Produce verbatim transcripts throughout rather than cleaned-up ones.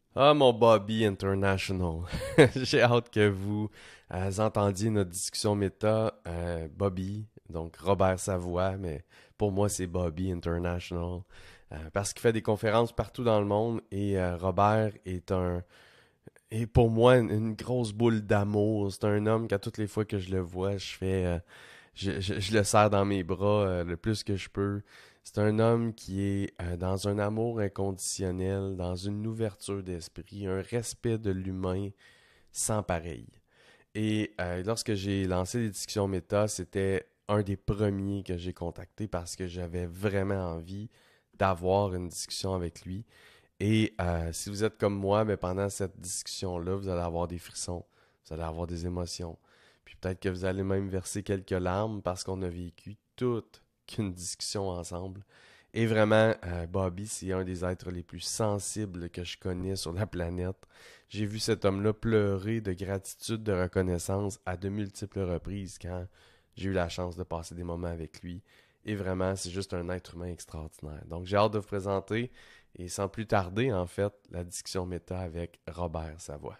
Ah, mon Bobby International. J'ai hâte que vous euh, entendiez notre discussion méta. Euh, Bobby, donc Robert Savoie, mais pour moi, c'est Bobby International. Euh, parce qu'il fait des conférences partout dans le monde et euh, Robert est un est pour moi une, une grosse boule d'amour. C'est un homme qu'à toutes les fois que je le vois, je fais euh, je, je- je le serre dans mes bras euh, le plus que je peux. C'est un homme qui est euh, dans un amour inconditionnel, dans une ouverture d'esprit, un respect de l'humain sans pareil. Et euh, lorsque j'ai lancé les discussions méta, c'était un des premiers que j'ai contacté parce que j'avais vraiment envie d'avoir une discussion avec lui. Et euh, si vous êtes comme moi, mais pendant cette discussion-là, vous allez avoir des frissons, vous allez avoir des émotions. Puis peut-être que vous allez même verser quelques larmes parce qu'on a vécu toute qu'une discussion ensemble. Et vraiment, euh, Bobby, c'est un des êtres les plus sensibles que je connais sur la planète. J'ai vu cet homme-là pleurer de gratitude, de reconnaissance à de multiples reprises quand j'ai eu la chance de passer des moments avec lui. Et vraiment, c'est juste un être humain extraordinaire. Donc, j'ai hâte de vous présenter, et sans plus tarder, en fait, la discussion méta avec Robert Savoie.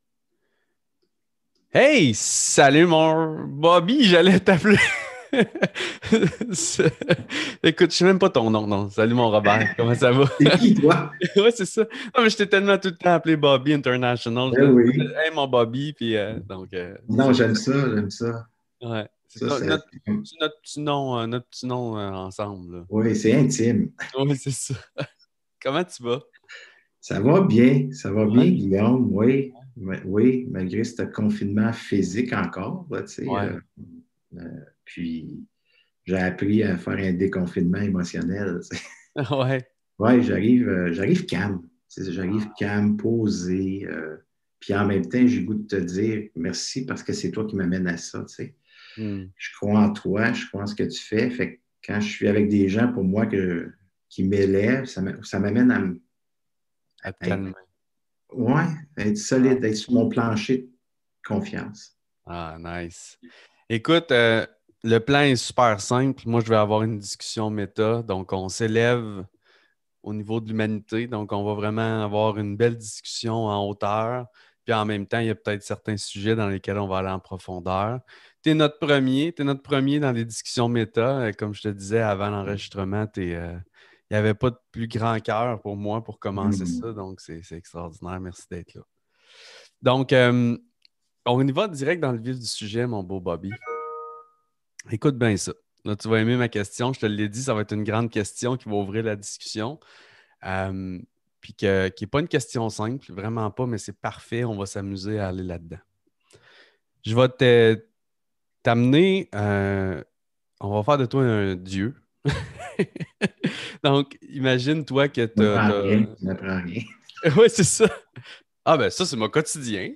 Hey, salut mon Bobby, j'allais t'appeler. C'est- Écoute, je sais même pas ton nom, non. Salut mon Robert, comment ça va? C'est qui, toi? Ouais, c'est ça. Non, mais je t'ai tellement tout le temps appelé Bobby International. Je Ben me disais, oui. hey mon Bobby, puis euh, donc, euh, Non, c'est j'aime ça, j'aime ça. ouais. C'est Ça, ton- ça- notre, c'est notre petit nom, euh, notre petit nom euh, ensemble, là. oui, c'est intime. Ouais, c'est ça. Comment tu vas? Ça va bien, ça va bien, Ouais. Guillaume, oui. Mais- Oui, malgré ce confinement physique encore, là, tu sais. Ouais. euh, euh, puis, j'ai appris à faire un déconfinement émotionnel. tu sais. Ouais. Ouais, j'arrive, euh, j'arrive calme. tu sais, J'arrive calme, posé. euh, puis en même temps, j'ai le goût de te dire merci parce que c'est toi qui m'amène à ça, tu sais. Hmm. Je crois en toi, je crois en ce que tu fais. Fait que quand je suis avec des gens, pour moi, que, qui m'élèvent, ça m'a- ça m'amène à, m- À te à être, calmer. ouais, à être solide, à être sur mon plancher de confiance. Ah, nice. Écoute, euh, le plan est super simple. Moi, je vais avoir une discussion méta. Donc, on s'élève au niveau de l'humanité. Donc, on va vraiment avoir une belle discussion en hauteur. Puis en même temps, il y a peut-être certains sujets dans lesquels on va aller en profondeur. Tu es notre premier. Tu es notre premier dans les discussions méta. Euh, Comme je te disais avant l'enregistrement, t'es, euh, il n'y avait pas de plus grand cœur pour moi pour commencer Hmm. ça. Donc, c'est c'est extraordinaire. Merci d'être là. Donc, euh, on y va direct dans le vif du sujet, mon beau Bobby. Écoute bien ça. Là, tu vas aimer ma question. Je te l'ai dit, ça va être une grande question qui va ouvrir la discussion. Euh, Puis que- qui n'est pas une question simple, vraiment pas, mais c'est parfait. On va s'amuser à aller là-dedans. Je vais te- t'amener. Euh, on va faire de toi un dieu. Donc, imagine-toi que Tu tu n'apprends rien, as. tu n'apprends rien. Oui, c'est ça. Ah, ben ça, c'est mon quotidien.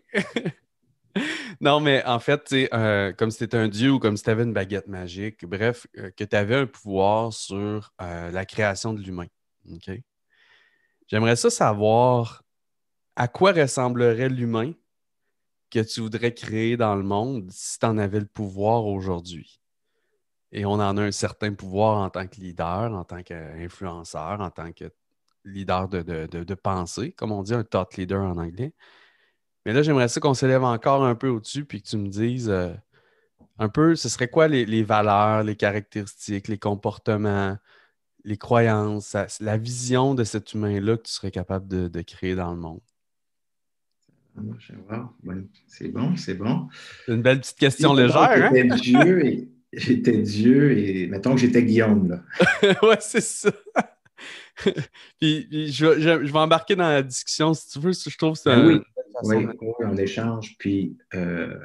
Non, mais en fait, tu sais, euh, comme si tu étais un dieu ou comme si tu avais une baguette magique, bref, euh, que tu avais un pouvoir sur euh, la création de l'humain. OK? J'aimerais ça savoir à quoi ressemblerait l'humain que tu voudrais créer dans le monde si tu en avais le pouvoir aujourd'hui. Et on en a un certain pouvoir en tant que leader, en tant qu'influenceur, en tant que leader de, de, de, de pensée, comme on dit, un thought leader en anglais. Mais là, j'aimerais ça qu'on s'élève encore un peu au-dessus puis que tu me dises euh, un peu, ce serait quoi les, les valeurs, les caractéristiques, les comportements, les croyances, ça- la vision de cet humain-là que tu serais capable de, de créer dans le monde? Ah, je vais voir. Ouais, c'est bon, c'est bon. C'est une belle petite Si, question mettons que légère, hein? j'étais Dieu et j'étais Dieu et mettons que j'étais Guillaume, là. Ouais, c'est ça. Puis, puis je, vais- je- je vais embarquer dans la discussion si tu veux. Je trouve que c'est Ben une oui, belle façon de oui, mettre. oui, on échange. Puis, euh,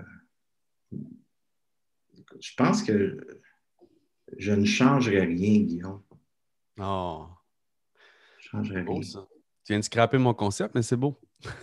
je pense que je ne changerai rien, Guillaume. Oh, Je ne c'est changerai beau rien. ça. Tu viens de scraper mon concept, mais c'est beau.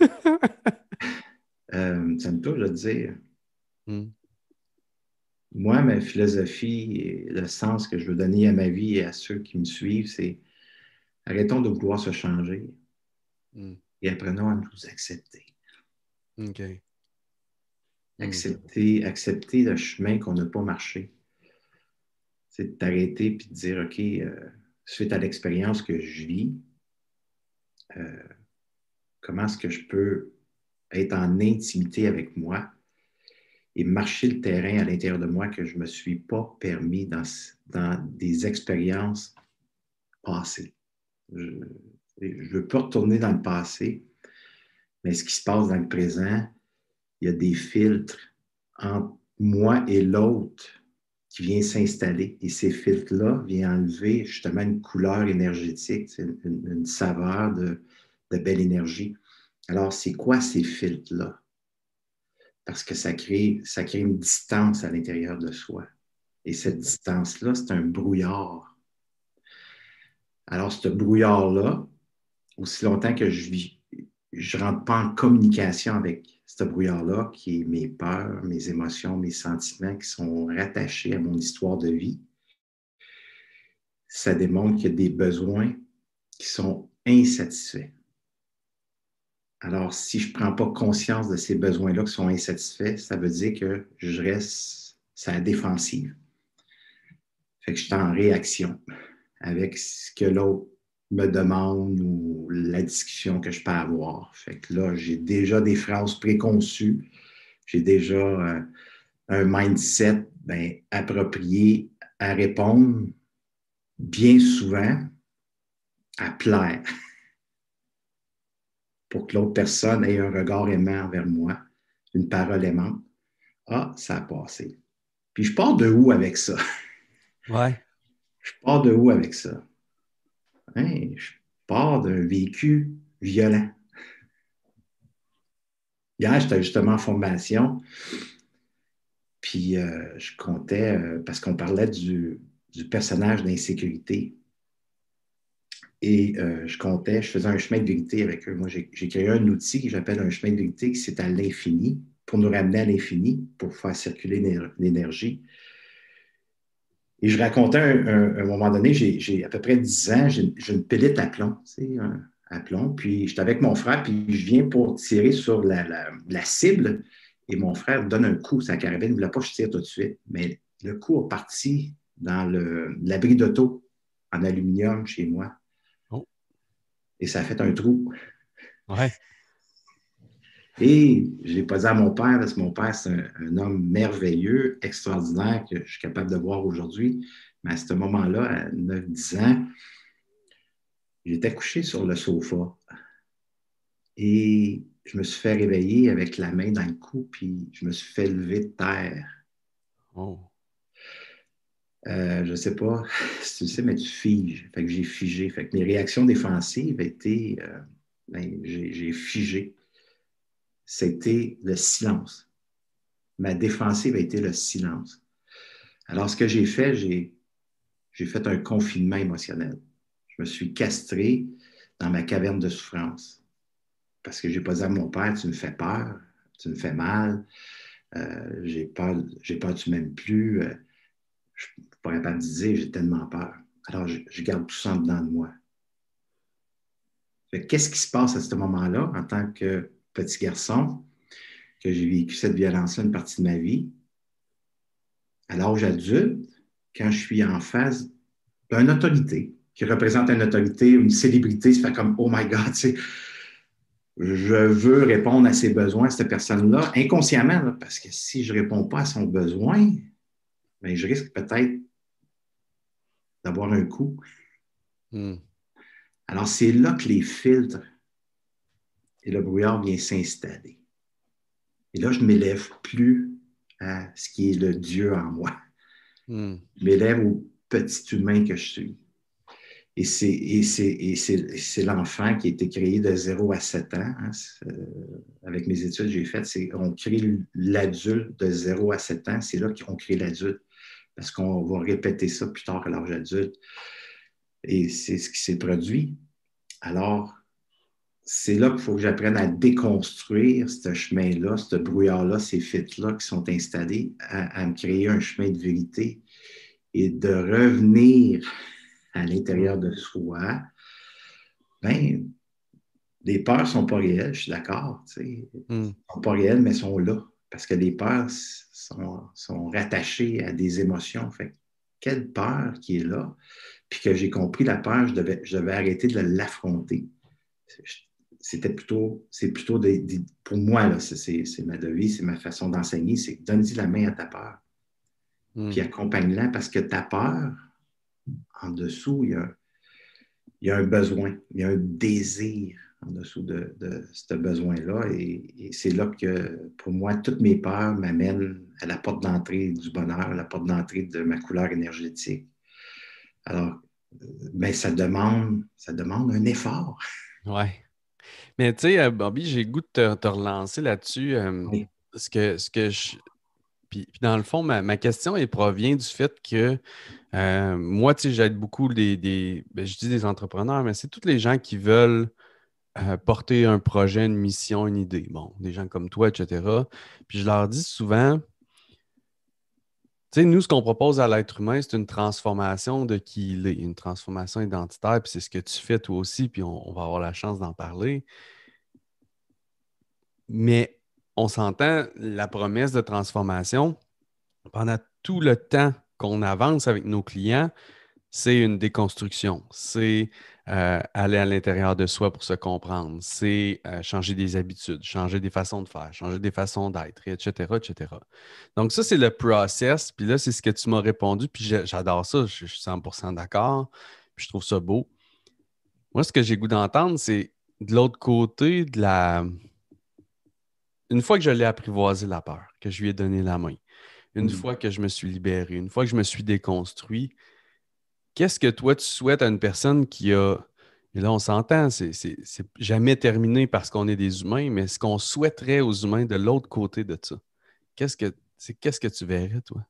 Euh, ça me touche de dire, Hmm. moi, ma philosophie et le sens que je veux donner à ma vie et à ceux qui me suivent, c'est arrêtons de vouloir se changer Hmm. et apprenons à nous accepter. OK. Hmm. Accepter, accepter le chemin qu'on n'a pas marché. C'est de t'arrêter et de dire, OK, euh, suite à l'expérience que je vis, euh, comment est-ce que je peux être en intimité avec moi et marcher le terrain à l'intérieur de moi que je ne me suis pas permis dans, dans des expériences passées. Je ne veux pas retourner dans le passé, mais ce qui se passe dans le présent, il y a des filtres entre moi et l'autre qui vient s'installer. Et ces filtres-là viennent enlever justement une couleur énergétique, une, une, une saveur de, de belle énergie. Alors, c'est quoi ces filtres-là? Parce que ça crée, ça crée une distance à l'intérieur de soi. Et cette distance-là, c'est un brouillard. Alors, ce brouillard-là, aussi longtemps que je vis, je ne rentre pas en communication avec ce brouillard-là, qui est mes peurs, mes émotions, mes sentiments qui sont rattachés à mon histoire de vie, ça démontre qu'il y a des besoins qui sont insatisfaits. Alors, si je ne prends pas conscience de ces besoins-là qui sont insatisfaits, ça veut dire que je reste à la défensive. Fait que je suis en réaction avec ce que l'autre me demande ou la discussion que je peux avoir. Fait que là, j'ai déjà des phrases préconçues, j'ai déjà euh, un mindset ben, approprié à répondre, bien souvent à plaire, pour que l'autre personne ait un regard aimant envers moi, une parole aimante. Ah, ça a passé. Puis je pars de où avec ça? Ouais. Je pars de où avec ça? Hein? Je pars d'un vécu violent. Hier, j'étais justement en formation, puis euh, je comptais, euh, parce qu'on parlait du, du personnage d'insécurité. Et euh, je comptais, je faisais un chemin de vérité avec eux. Moi, j'ai, j'ai créé un outil que j'appelle un chemin de vérité qui c'est à l'infini, pour nous ramener à l'infini, pour faire circuler l'énergie. Et je racontais un, un, un moment donné, j'ai, j'ai à peu près dix ans, j'ai, j'ai une pellette à plomb, tu sais, un, à plomb. Puis j'étais avec mon frère, puis je viens pour tirer sur la, la, la cible. Et mon frère donne un coup, sa carabine, il ne voulait pas que je tire tout de suite. Mais le coup a parti dans le, l'abri d'auto en aluminium chez moi. Oh. Et ça a fait un trou. Ouais. Et je ne l'ai pas dit à mon père, parce que mon père, c'est un, un homme merveilleux, extraordinaire, que je suis capable de voir aujourd'hui. Mais à ce moment-là, à neuf dix ans, j'étais couché sur le sofa. Et je me suis fait réveiller avec la main dans le cou, puis je me suis fait lever de terre. Oh. Euh, je ne sais pas si tu le sais, mais tu figes. Fait que j'ai figé. Fait que mes réactions défensives étaient, euh, ben, j'ai, j'ai figé. C'était le silence. Ma défensive a été le silence. Alors, ce que j'ai fait, j'ai, j'ai fait un confinement émotionnel. Je me suis castré dans ma caverne de souffrance. Parce que je n'ai pas dit à mon père, tu me fais peur, tu me fais mal, euh, j'ai peur, j'ai peur que tu m'aimes plus. Euh, je ne suis pas capable de dire, j'ai tellement peur. Alors, je, je garde tout ça en dedans de moi. Fait, qu'est-ce qui se passe à ce moment-là en tant que petit garçon, que j'ai vécu cette violence-là une partie de ma vie? À l'âge adulte, quand je suis en face d'une autorité, qui représente une autorité, une célébrité, ça fait comme « Oh my God », tu sais, je veux répondre à ses besoins, à cette personne-là, inconsciemment, là, parce que si je ne réponds pas à son besoin, bien, je risque peut-être d'avoir un coup. Mm. Alors, c'est là que les filtres et le brouillard viennent s'installer. Et là, je ne m'élève plus à ce qui est le Dieu en moi. Mm. Je m'élève au petit humain que je suis. Et c'est, et c'est, et c'est, c'est l'enfant qui a été créé de zéro à sept ans. Hein. Euh, avec mes études que j'ai faites, c'est, on crée l'adulte de zéro à sept ans. C'est là qu'on crée l'adulte. Parce qu'on va répéter ça plus tard à l'âge adulte. Et c'est ce qui s'est produit. Alors, c'est là qu'il faut que j'apprenne à déconstruire ce chemin-là, ce brouillard-là, ces fils-là qui sont installés, à, à me créer un chemin de vérité et de revenir à l'intérieur de soi. Ben, les peurs ne sont pas réelles, je suis d'accord. Tu sais. Mm. Elles ne sont pas réelles, mais elles sont là. Parce que les peurs sont, sont rattachées à des émotions. Fait quelle peur qui est là? Puis que j'ai compris la peur, je devais, je devais arrêter de l'affronter. c'était plutôt, c'est plutôt, des, des, pour moi, là, c'est, c'est, c'est ma devise, c'est ma façon d'enseigner, c'est donne-y la main à ta peur, mm. puis accompagne-la, parce que ta peur, en dessous, il y a, il y a un besoin, il y a un désir en dessous de, de ce besoin-là, et, et c'est là que, pour moi, toutes mes peurs m'amènent à la porte d'entrée du bonheur, à la porte d'entrée de ma couleur énergétique. Alors, mais ça demande, ça demande un effort. Ouais. Mais tu sais, Bobby, j'ai le goût de te, te relancer là-dessus. Euh, oui. Ce que, ce que je. Puis, puis dans le fond, ma, ma question, elle provient du fait que euh, moi, tu sais, j'aide beaucoup des, des ben, je dis des entrepreneurs, mais c'est tous les gens qui veulent euh, porter un projet, une mission, une idée. Bon, des gens comme toi, et cetera. Puis je leur dis souvent, tu sais, nous, ce qu'on propose à l'être humain, c'est une transformation de qui il est, une transformation identitaire, puis c'est ce que tu fais toi aussi, puis on, on va avoir la chance d'en parler. Mais on s'entend, la promesse de transformation, pendant tout le temps qu'on avance avec nos clients, c'est une déconstruction. C'est euh, aller à l'intérieur de soi pour se comprendre. C'est euh, changer des habitudes, changer des façons de faire, changer des façons d'être, et cetera, et cetera. Donc, ça, c'est le process. Puis là, c'est ce que tu m'as répondu. Puis j'adore ça. Je suis cent pour cent d'accord. Puis je trouve ça beau. Moi, ce que j'ai goût d'entendre, c'est de l'autre côté de la. Une fois que je l'ai apprivoisé la peur, que je lui ai donné la main, une mmh. fois que je me suis libéré, une fois que je me suis déconstruit, qu'est-ce que toi, tu souhaites à une personne qui a... Et là, on s'entend, c'est, c'est, c'est jamais terminé parce qu'on est des humains, mais ce qu'on souhaiterait aux humains de l'autre côté de ça, qu'est-ce que, c'est, qu'est-ce que tu verrais, toi?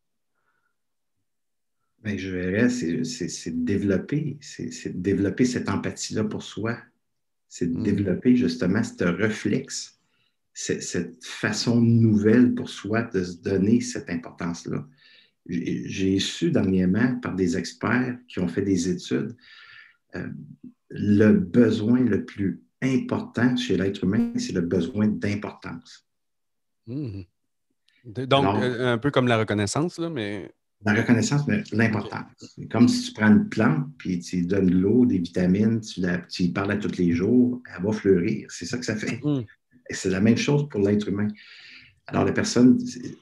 Bien, je verrais, c'est, c'est, c'est de développer, c'est, c'est de développer cette empathie-là pour soi. C'est de mmh. développer justement ce réflexe, cette, cette façon nouvelle pour soi de se donner cette importance-là. J'ai, j'ai su dernièrement par des experts qui ont fait des études, euh, le besoin le plus important chez l'être humain, c'est le besoin d'importance. Mmh. De, donc, Alors, euh, un peu comme la reconnaissance, là, mais... La reconnaissance, mais l'importance. Okay. C'est comme si tu prends une plante, puis tu lui donnes de l'eau, des vitamines, tu, la, tu y parles à tous les jours, elle va fleurir. C'est ça que ça fait. Mmh. Et c'est la même chose pour l'être humain. Alors, la personne...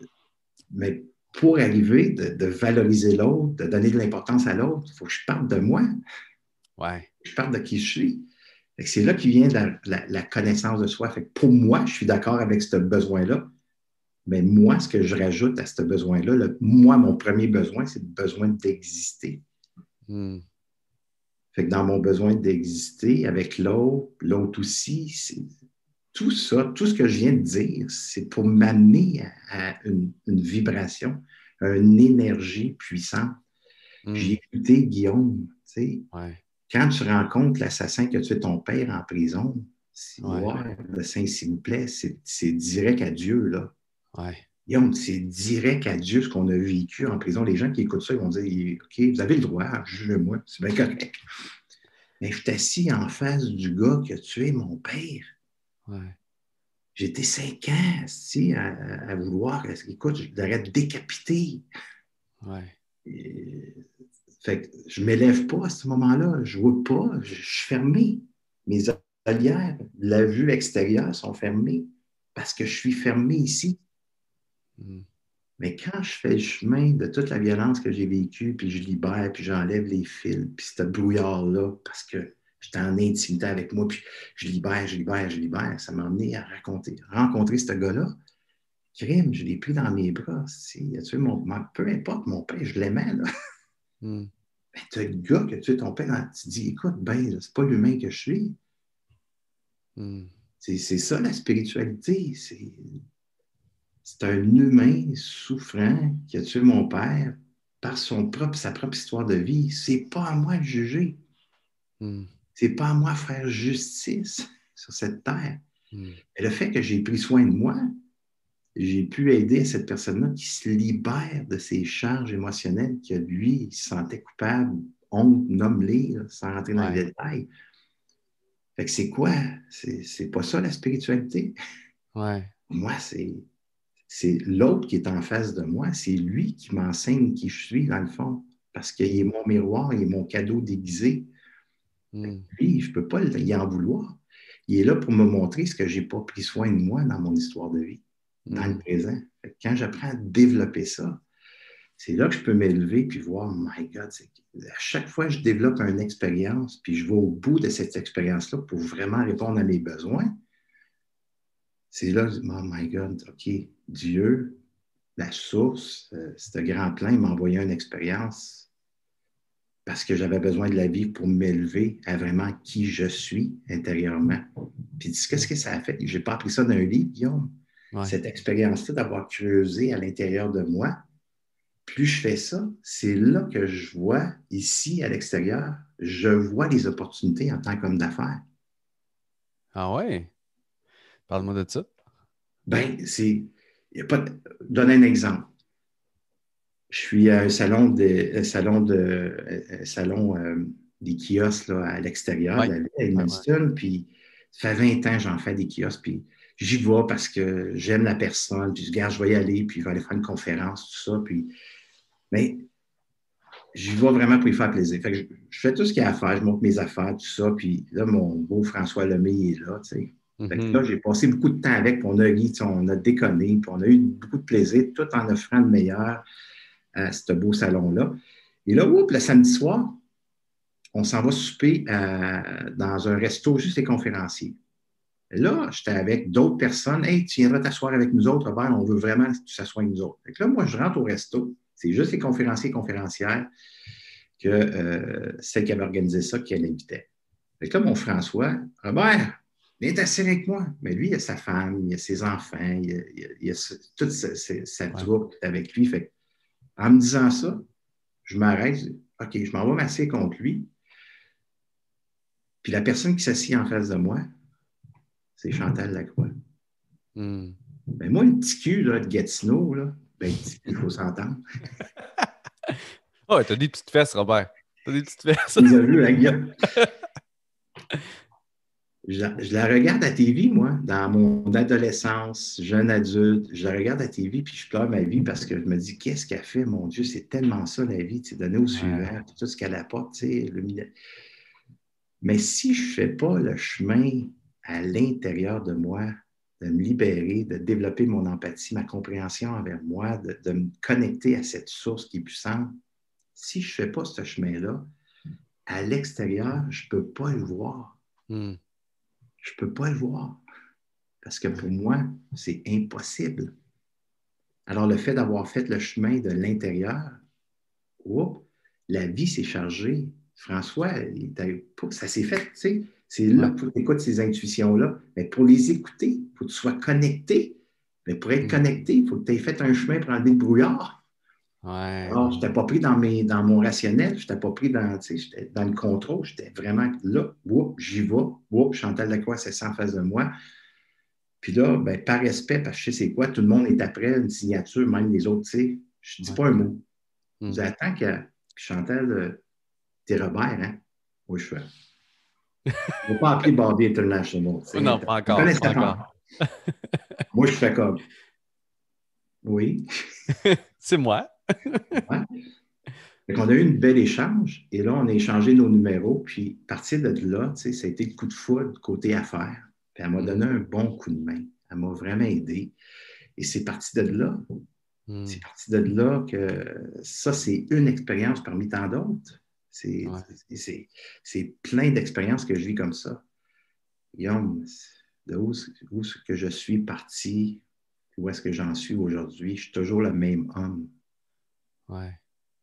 Mais pour arriver de, de valoriser l'autre, de donner de l'importance à l'autre, il faut que je parte de moi. Ouais. Je parte de qui je suis. Fait que c'est là qu'il vient la, la, la connaissance de soi. Fait que pour moi, je suis d'accord avec ce besoin-là. Mais moi, ce que je rajoute à ce besoin-là, le, moi, mon premier besoin, c'est le besoin d'exister. Mm. Fait que dans mon besoin d'exister avec l'autre, l'autre aussi, c'est, tout ça, tout ce que je viens de dire, c'est pour m'amener à, à une, une vibration, à une énergie puissante. Mm. J'ai écouté Guillaume, tu sais, ouais. Quand tu rencontres l'assassin qui a tué ton père en prison, c'est ouais. Voir le Saint, s'il vous plaît, c'est, c'est direct à Dieu, là. Ouais. Guillaume, c'est direct à Dieu ce qu'on a vécu en prison. Les gens qui écoutent ça, ils vont dire, OK, vous avez le droit, jugez-moi, c'est bien correct. Mais je suis assis en face du gars qui a tué mon père. Ouais. J'étais cinq ans assis à, à vouloir, écoute, je l'aurais décapité. Ouais. Et, fait que je ne m'élève pas à ce moment-là, je ne vois pas, je, je suis fermé. Mes olières, la vue extérieure sont fermées parce que je suis fermé ici. Mm. Mais quand je fais le chemin de toute la violence que j'ai vécue, puis je libère, puis j'enlève les fils, puis ce brouillard-là, parce que j'étais en intimité avec moi, puis je libère, je libère, je libère, ça m'a amené à raconter, rencontrer ce gars-là. Crime, je l'ai pris dans mes bras. Si, tu sais, mon, peu importe, mon père, je l'aimais, là. Mm. Ben, tu as le gars que tu es ton père, tu te dis, écoute, ben, c'est pas l'humain que je suis. Mm. C'est, c'est ça la spiritualité. C'est, c'est un humain souffrant qui a tué mon père par son propre, sa propre histoire de vie. C'est pas à moi de juger. Mm. C'est pas à moi de faire justice sur cette terre. Mm. Mais le fait que j'ai pris soin de moi, j'ai pu aider cette personne-là qui se libère de ses charges émotionnelles que lui, il se sentait coupable, honte, nomme-les, sans rentrer dans ouais. les détails. Fait que c'est quoi? C'est, c'est pas ça la spiritualité. Ouais. Moi, c'est, c'est l'autre qui est en face de moi. C'est lui qui m'enseigne qui je suis, dans le fond. Parce qu'il est mon miroir, il est mon cadeau déguisé. Mm. Lui, je peux pas y en vouloir. il est là pour me montrer ce que je n'ai pas pris soin de moi dans mon histoire de vie, dans Mm. le présent. Fait que quand j'apprends à développer ça, c'est là que je peux m'élever puis voir, my God, c'est... à chaque fois que je développe une expérience, puis je vais au bout de cette expérience-là pour vraiment répondre à mes besoins, c'est là que, oh my God, OK, Dieu, la source, euh, ce grand plan, il m'a envoyé une expérience parce que j'avais besoin de la vie pour m'élever à vraiment qui je suis intérieurement. Puis qu'est-ce que ça a fait? Je n'ai pas appris ça d'un livre, Guillaume. Ouais. Cette expérience-là d'avoir creusé à l'intérieur de moi, plus je fais ça, c'est là que je vois, ici, à l'extérieur, je vois les opportunités en tant qu'homme d'affaires. Ah ouais? Parle-moi de ça. Ben, c'est... Il y a pas de... Donne un exemple. Je suis à un salon, de, un salon, de, un salon euh, des kiosques là, à l'extérieur Ouais. de la ville, à Ouais, ouais. Edmundston, puis ça fait vingt ans que j'en fais des kiosques, puis j'y vais parce que j'aime la personne, puis je regarde, je vais y aller, puis je vais aller faire une conférence, tout ça, puis... Mais j'y vais vraiment pour y faire plaisir. Fait que je, je fais tout ce qu'il y a à faire, je monte mes affaires, tout ça, puis là, mon beau François Lemay il est là, tu sais. Fait que Mhm. là, j'ai passé beaucoup de temps avec, puis on a ri, tu sais, on a déconné, puis on a eu beaucoup de plaisir, tout en offrant le meilleur à ce beau salon-là. Et là, oups, le samedi soir, on s'en va souper à- dans un resto juste les conférenciers. Et là, j'étais avec d'autres personnes. Hey, tu viendras t'asseoir avec nous autres, Robert, on veut vraiment que tu s'assoies avec nous autres. Fait que là, moi, je rentre au resto. C'est juste les conférenciers et conférencières que euh, celle qui avait organisé ça, qui l'invitait. Fait que là, mon François, Robert, viens t'asseoir avec moi. Mais lui, il a sa femme, il a ses enfants, il a, il a, il a toute sa, sa, sa Ouais. troupe avec lui. Fait que, en me disant ça, je m'arrête, je dis, OK, je m'en vais m'asseoir contre lui. Puis la personne qui s'assied en face de moi, c'est Chantal Lacroix. Mm. Ben moi, le petit cul là, de Gatineau, là, ben, il faut s'entendre. Oh, ouais, t'as des petites fesses, Robert. T'as des petites fesses. Tu les as vues, hein, Guillaume? Je la, je la regarde à T V, moi, dans mon adolescence, jeune adulte. Je la regarde à T V, puis je pleure ma vie parce que je me dis, qu'est-ce qu'elle fait, mon Dieu, c'est tellement ça, la vie, tu sais, donner au suivant, Ouais. puis tout ce qu'elle apporte, tu sais. Le... Mais si je ne fais pas le chemin à l'intérieur de moi, de me libérer, de développer mon empathie, ma compréhension envers moi, de, de me connecter à cette source qui est puissante, si je ne fais pas ce chemin-là, à l'extérieur, je ne peux pas le voir. Mm. Je ne peux pas le voir. Parce que pour moi, c'est impossible. Alors, le fait d'avoir fait le chemin de l'intérieur, oups, la vie s'est chargée. François, il pas, ça s'est fait, tu sais. C'est là Ouais. que tu écoutes ces intuitions-là. Mais pour les écouter, il faut que tu sois connecté. Mais pour être Mm. connecté, il faut que tu aies fait un chemin pour enlever le brouillard. Ouais. Alors, je n'étais pas pris dans, mes, dans mon rationnel, je n'étais pas pris dans, j'étais dans le contrôle, j'étais vraiment là, oups, j'y vais, oups, Chantal Lacroix s'est en face de moi. Puis là, ben, par respect, parce que je sais c'est quoi, tout le monde est après une signature, même les autres, tu sais, je ne dis Ouais. pas un mot. Mm. Je dis, attends que puis Chantal, euh, t'es Robert, hein? Oui, je fais. On ne va pas appeler Barbie International. Tu sais, Non, pas on ne encore. connaissait Pas pas encore. encore. Moi, je fais comme, oui. C'est moi. Ouais. Fait qu'on a eu une belle échange et là, on a échangé nos numéros. Puis, à partir de là, tu sais, ça a été le coup de foudre côté affaires. Puis, elle m'a donné un bon coup de main. Elle m'a vraiment aidé. Et c'est parti de là. Mm. C'est parti de là que ça, c'est une expérience parmi tant d'autres. C'est, Ouais. c'est, c'est plein d'expériences que je vis comme ça. Guillaume, de où, où est-ce que je suis parti, où est-ce que j'en suis aujourd'hui, je suis toujours le même homme. Ouais.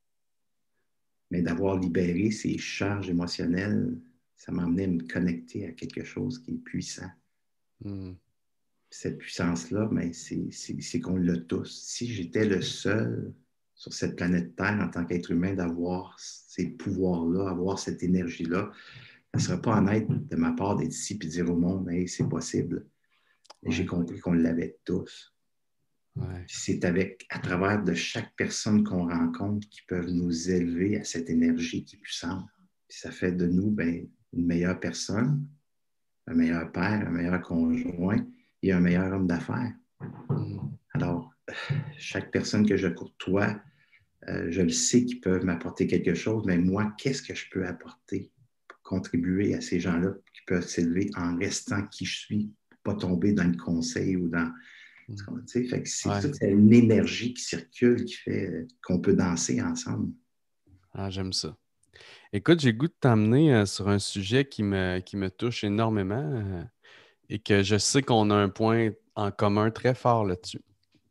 Mais d'avoir libéré ces charges émotionnelles, ça m'a amené à me connecter à quelque chose qui est puissant. Mm. Cette puissance-là, ben, c'est, c'est, c'est qu'on l'a tous. Si j'étais le seul sur cette planète Terre en tant qu'être humain d'avoir ces pouvoirs-là, avoir cette énergie-là, ça ne serait pas honnête de ma part d'être ici et de dire au monde, hey, c'est possible. Et Ouais. j'ai compris qu'on l'avait tous. Ouais. C'est avec, à travers de chaque personne qu'on rencontre qui peuvent nous élever à cette énergie qui est puissante. Puis ça fait de nous ben, une meilleure personne, un meilleur père, un meilleur conjoint et un meilleur homme d'affaires. Mm. Alors, chaque personne que je courtois, euh, je le sais qu'ils peuvent m'apporter quelque chose, mais moi, qu'est-ce que je peux apporter pour contribuer à ces gens-là qui peuvent s'élever en restant qui je suis, pour ne pas tomber dans le conseil ou dans... Mm. Tu sais, fait que c'est Ouais. toute une énergie qui circule, qui fait qu'on peut danser ensemble. Ah, j'aime ça. Écoute, j'ai le goût de t'amener euh, sur un sujet qui me, qui me touche énormément euh, et que je sais qu'on a un point en commun très fort là-dessus,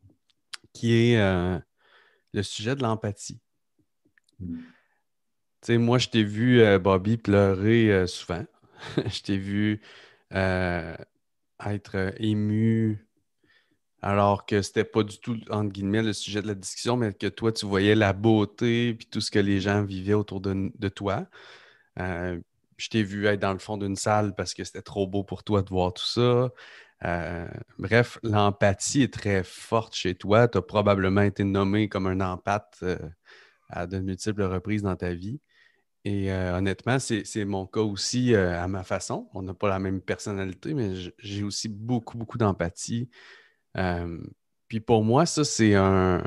qui est euh, le sujet de l'empathie. Mm. Tu sais, moi, je t'ai vu, euh, Bobby, pleurer euh, souvent. Je t'ai vu euh, être euh, ému alors que c'était pas du tout, entre guillemets, le sujet de la discussion, mais que toi, tu voyais la beauté puis tout ce que les gens vivaient autour de, de toi. Euh, je t'ai vu être dans le fond d'une salle parce que c'était trop beau pour toi de voir tout ça. Euh, bref, l'empathie est très forte chez toi. Tu as probablement été nommé comme un empathe euh, à de multiples reprises dans ta vie. Et euh, honnêtement, c'est, c'est mon cas aussi euh, à ma façon. On n'a pas la même personnalité, mais j- j'ai aussi beaucoup, beaucoup d'empathie. Euh, puis pour moi, ça, c'est un,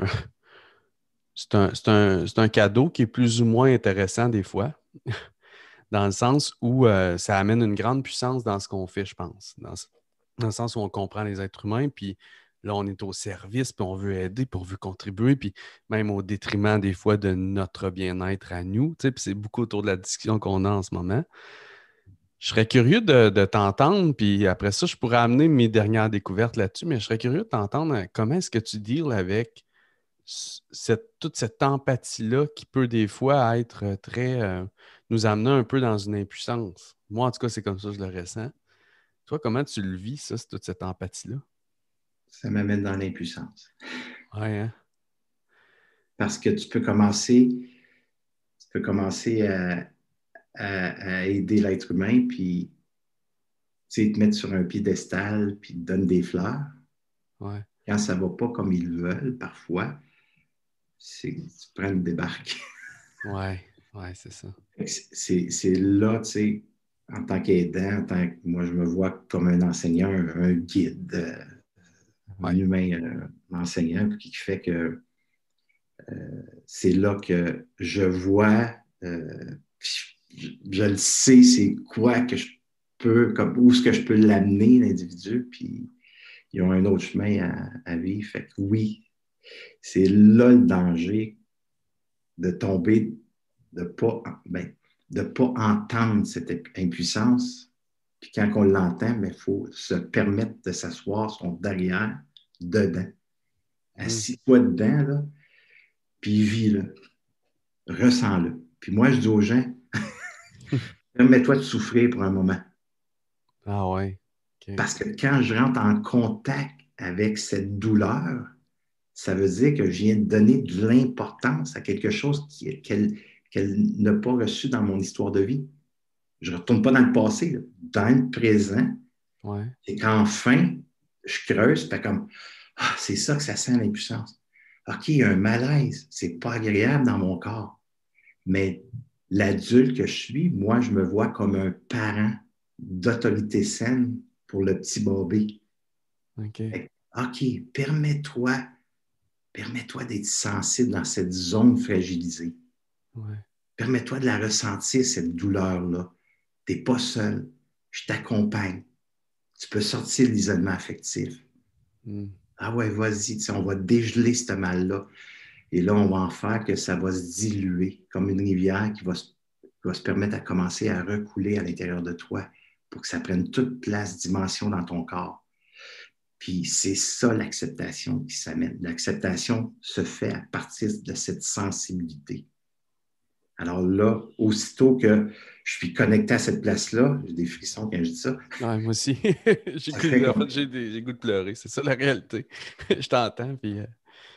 c'est un, c'est un, c'est un cadeau qui est plus ou moins intéressant des fois, dans le sens où euh, ça amène une grande puissance dans ce qu'on fait, je pense. Dans, ce- dans le sens où on comprend les êtres humains, puis là, on est au service, puis on veut aider, puis on veut contribuer, puis même au détriment des fois de notre bien-être à nous. Tu sais, puis c'est beaucoup autour de la discussion qu'on a en ce moment. Je serais curieux de, de t'entendre, puis après ça, je pourrais amener mes dernières découvertes là-dessus, mais je serais curieux de t'entendre euh, comment est-ce que tu deals avec c- cette, toute cette empathie-là qui peut des fois être euh, très... euh, nous amener un peu dans une impuissance. Moi, en tout cas, c'est comme ça que je le ressens. Toi, comment tu le vis, ça, c'est toute cette empathie-là? Ça m'amène dans l'impuissance. Ouais, hein? Parce que tu peux commencer, tu peux commencer à, à, à aider l'être humain, puis tu sais, te mettre sur un piédestal, puis te donner des fleurs. Ouais, Quand ça ne va pas comme ils veulent, parfois, c'est, tu prends une débarque. ouais, ouais, c'est ça. C'est, c'est là, tu sais, en tant qu'aidant, en tant que moi, je me vois comme un enseignant, un, un guide, euh, un Ouais. humain, euh, un enseignant, qui fait que euh, c'est là que je vois, euh, je, je le sais, c'est quoi que je peux, comme, où est-ce que je peux l'amener, l'individu, puis ils ont un autre chemin à, à vivre. Fait que oui, c'est là le danger de tomber, de ne pas, ben, de pas entendre cette impuissance. Puis quand on l'entend, il faut se permettre de s'asseoir son derrière, dedans. Mhm. Assis-toi dedans, là, puis vis-le, ressens-le. Puis moi, je dis aux gens, permets-toi de souffrir pour un moment. Ah ouais. OK. Parce que quand je rentre en contact avec cette douleur, ça veut dire que je viens de donner de l'importance à quelque chose qui- qu'elle qu'elle n'a pas reçu dans mon histoire de vie. Je ne retourne pas dans le passé, là. Dans le présent, Ouais. et qu'enfin, je creuse, fait comme, ah, c'est ça que ça sent l'impuissance. OK, il y a un malaise, c'est pas agréable dans mon corps. Mais l'adulte que je suis, moi, je me vois comme un parent d'autorité saine pour le petit Bobby. OK. Fait que, OK, permets-toi, permets-toi d'être sensible dans cette zone fragilisée. Ouais. Permets-toi de la ressentir, cette douleur-là. Tu n'es pas seul. Je t'accompagne. Tu peux sortir de l'isolement affectif. Mm. Ah ouais, vas-y, tu sais, on va dégeler ce mal-là. Et là, on va en faire que ça va se diluer comme une rivière qui va se, qui va se permettre à commencer à recouler à l'intérieur de toi pour que ça prenne toute place, dimension dans ton corps. Puis c'est ça l'acceptation qui s'amène. L'acceptation se fait à partir de cette sensibilité. Alors là, aussitôt que je suis connecté à cette place-là, j'ai des frissons quand je dis ça, Ouais, moi aussi. J'ai ça goût, fait en comme... fait, j'ai des- j'ai goût de pleurer. C'est ça la réalité. Je t'entends, puis euh,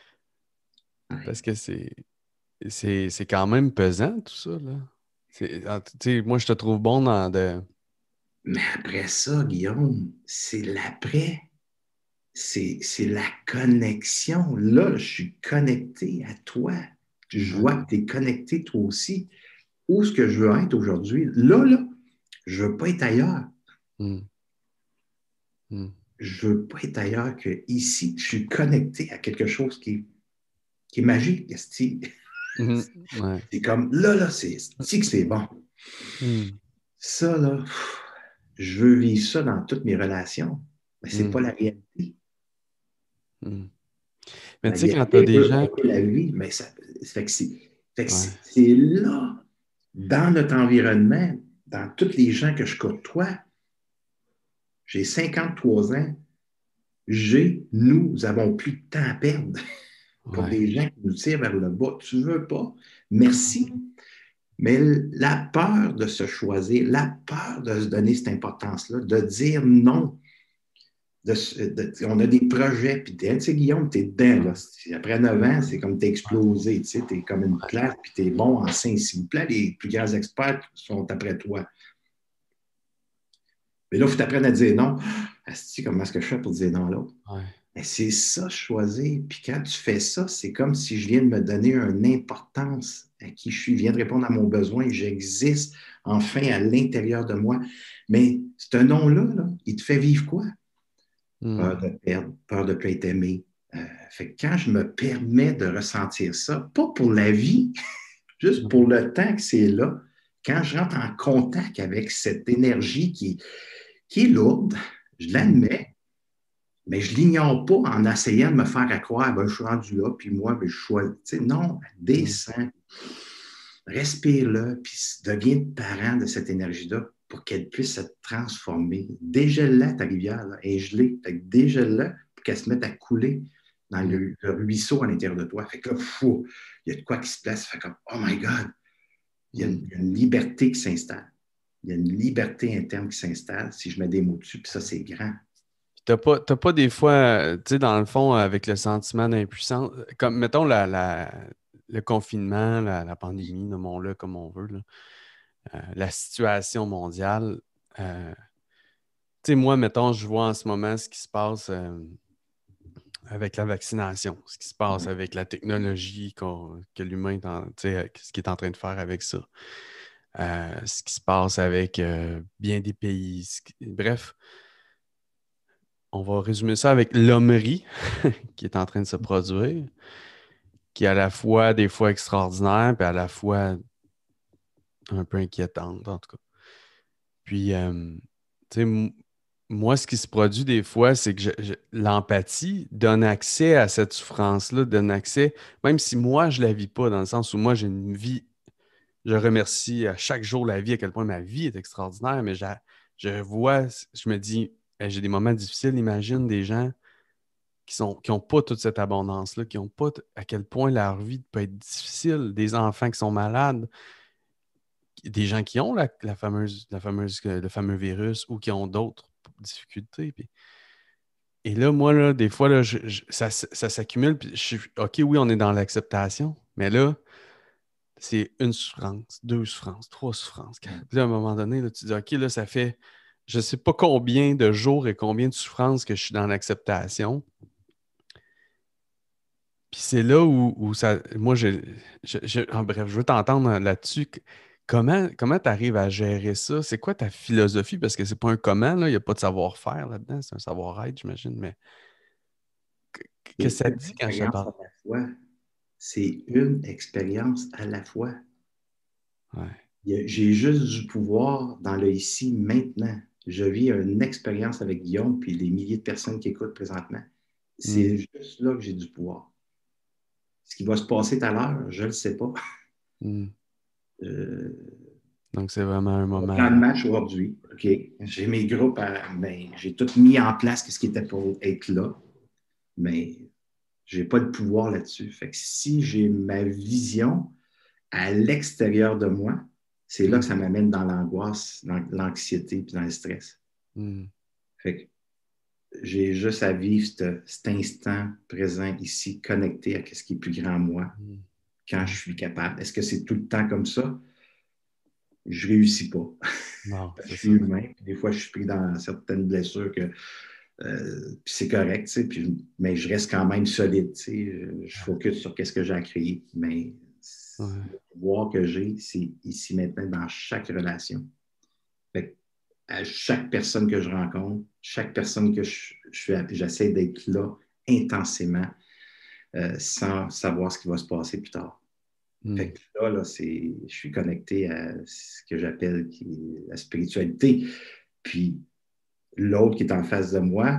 parce que c'est c'est c'est quand même pesant tout ça là. C'est en- tu sais, moi je te trouve bon dans de Mais après ça, Guillaume, c'est l'après. C'est, c'est la connexion. Là, je suis connecté à toi. Je ouais. vois que tu es connecté toi aussi. Où est-ce que je veux être aujourd'hui? Là, là, je ne veux pas être ailleurs. Mm. Mm. Je ne veux pas être ailleurs qu'ici. Je suis connecté à quelque chose qui est, qui est magique. esti. Mhm. Ouais. C'est comme là, là, c'est, c'est que c'est bon. Mm. Ça, là, pff, je veux vivre ça dans toutes mes relations. Mais c'est Mm. pas la réalité. Mm. Mais La tu sais, quand tu as réalité des peut gens. être la vie, mais ça, fait que c'est, fait que Ouais. c'est, c'est là, dans notre environnement, dans toutes les gens que je côtoie. J'ai cinquante-trois ans. J'ai, nous avons plus de temps à perdre pour Ouais. des gens qui nous tirent vers le bas. Tu veux pas? Merci. Mais la peur de se choisir, la peur de se donner cette importance-là, de dire non, de, de, on a des projets, puis tu sais, Guillaume, tu es dedans. Là. Après neuf ans, c'est comme t'es explosé, tu es comme une classe, puis tu es bon en sein. S'il vous plaît, les plus grands experts sont après toi. Mais là, il faut t'apprendre à dire non. Asti, comment est-ce que je fais pour dire non à l'autre? Ouais. Mais c'est ça, choisir. Puis quand tu fais ça, c'est comme si je viens de me donner une importance à qui je suis, je viens de répondre à mon besoin, j'existe enfin à l'intérieur de moi. Mais ce nom-là, là, il te fait vivre quoi? Mm. Peur de perdre, peur de ne plus être aimé. Euh, fait que quand je me permets de ressentir ça, pas pour la vie, juste pour le temps que c'est là, quand je rentre en contact avec cette énergie qui, qui est lourde, je l'admets, mais je ne l'ignore pas en essayant de me faire à croire, ben, je suis rendu là, puis moi, ben, je choisis. Tu sais, non, descends, respire-le, puis deviens parent de cette énergie-là pour qu'elle puisse se transformer. Dégèle-la, ta rivière, là, est gelée. Fait que dégèle-la pour qu'elle se mette à couler dans le, le ruisseau à l'intérieur de toi. Fait que là, fou, il y a de quoi qui se place. Fait comme, oh my God, il y a une, il y a une liberté qui s'installe. Il y a une liberté interne qui s'installe si je mets des mots dessus, puis ça, c'est grand. T'as pas, t'as pas des fois, euh, tu sais, dans le fond, avec le sentiment d'impuissance, comme, mettons, la, la- le confinement, la, la pandémie, nommons-le comme on veut, là, euh, la situation mondiale. euh, tu sais, moi, mettons, je vois en ce moment ce qui se passe euh, avec la vaccination, ce qui se passe avec la technologie qu'on- que l'humain est en, tu sais, ce qu'il est en train de faire avec ça. Euh, ce qui se passe avec euh, bien des pays. ce qui- Bref, on va résumer ça avec l'hommerie qui est en train de se produire, qui est à la fois des fois extraordinaire, puis à la fois un peu inquiétante, en tout cas. Puis, euh, tu sais, m- moi, ce qui se produit des fois, c'est que je- je- l'empathie donne accès à cette souffrance-là, donne accès, même si moi, je la vis pas, dans le sens où moi, j'ai une vie, je remercie à chaque jour la vie, à quel point ma vie est extraordinaire, mais j'a- je vois, je me dis, hey, j'ai des moments difficiles, imagine des gens qui sont, qui n'ont pas toute cette abondance-là, qui n'ont pas t- à quel point leur vie peut être difficile, des enfants qui sont malades, des gens qui ont la, la fameuse, la fameuse, le fameux virus ou qui ont d'autres difficultés. Puis- Et là, moi, là, des fois, là, je- je- ça, s- ça s'accumule. Puis je suis, OK, oui, on est dans l'acceptation, mais là, c'est une souffrance, deux souffrances, trois souffrances. Puis là, à un moment donné, là, tu dis, OK, là, ça fait je ne sais pas combien de jours et combien de souffrances que je suis dans l'acceptation. Puis c'est là où, où ça. Moi, je, je- je- en bref, je veux t'entendre là-dessus. Comment comment tu arrives à gérer ça? C'est quoi ta philosophie? Parce que c'est pas un comment, là. Il n'y a pas de savoir-faire là-dedans, c'est un savoir-être, j'imagine. Mais qu'est-ce que C'est ça une te dit quand je te expérience parle? à la fois. C'est une expérience à la fois. Ouais. J'ai juste du pouvoir dans le ici, maintenant. Je vis une expérience avec Guillaume puis les milliers de personnes qui écoutent présentement. Hmm. C'est juste là que j'ai du pouvoir. Ce qui va se passer tout à l'heure, je ne le sais pas. Hmm. Euh, Donc, c'est vraiment un mon moment. plan de match aujourd'hui, OK. J'ai mes groupes, à- ben, j'ai tout mis en place ce qui était pour être là, mais je n'ai pas de pouvoir là-dessus. Fait que si j'ai ma vision à l'extérieur de moi, c'est là Hmm. que ça m'amène dans l'angoisse, dans l'anxiété puis dans le stress. Hmm. Fait que j'ai juste à vivre ce- cet instant présent ici, connecté à ce qui est plus grand en moi, Hmm. quand je suis capable. Est-ce que c'est tout le temps comme ça? Je réussis pas. Non, Je c'est suis ça. humain, puis des fois, je suis pris dans certaines blessures que euh, puis c'est correct, tu sais, puis, mais je reste quand même solide, tu sais. Je, je focus sur qu'est-ce que j'ai à créer, mais Ouais. le pouvoir que j'ai, c'est ici maintenant dans chaque relation. Fait que à chaque personne que je rencontre, chaque personne que je, je suis, j'essaie d'être là intensément, euh, sans savoir ce qui va se passer plus tard. Mm. Fait que là, là c'est, je suis connecté à ce que j'appelle qui est la spiritualité. Puis l'autre qui est en face de moi,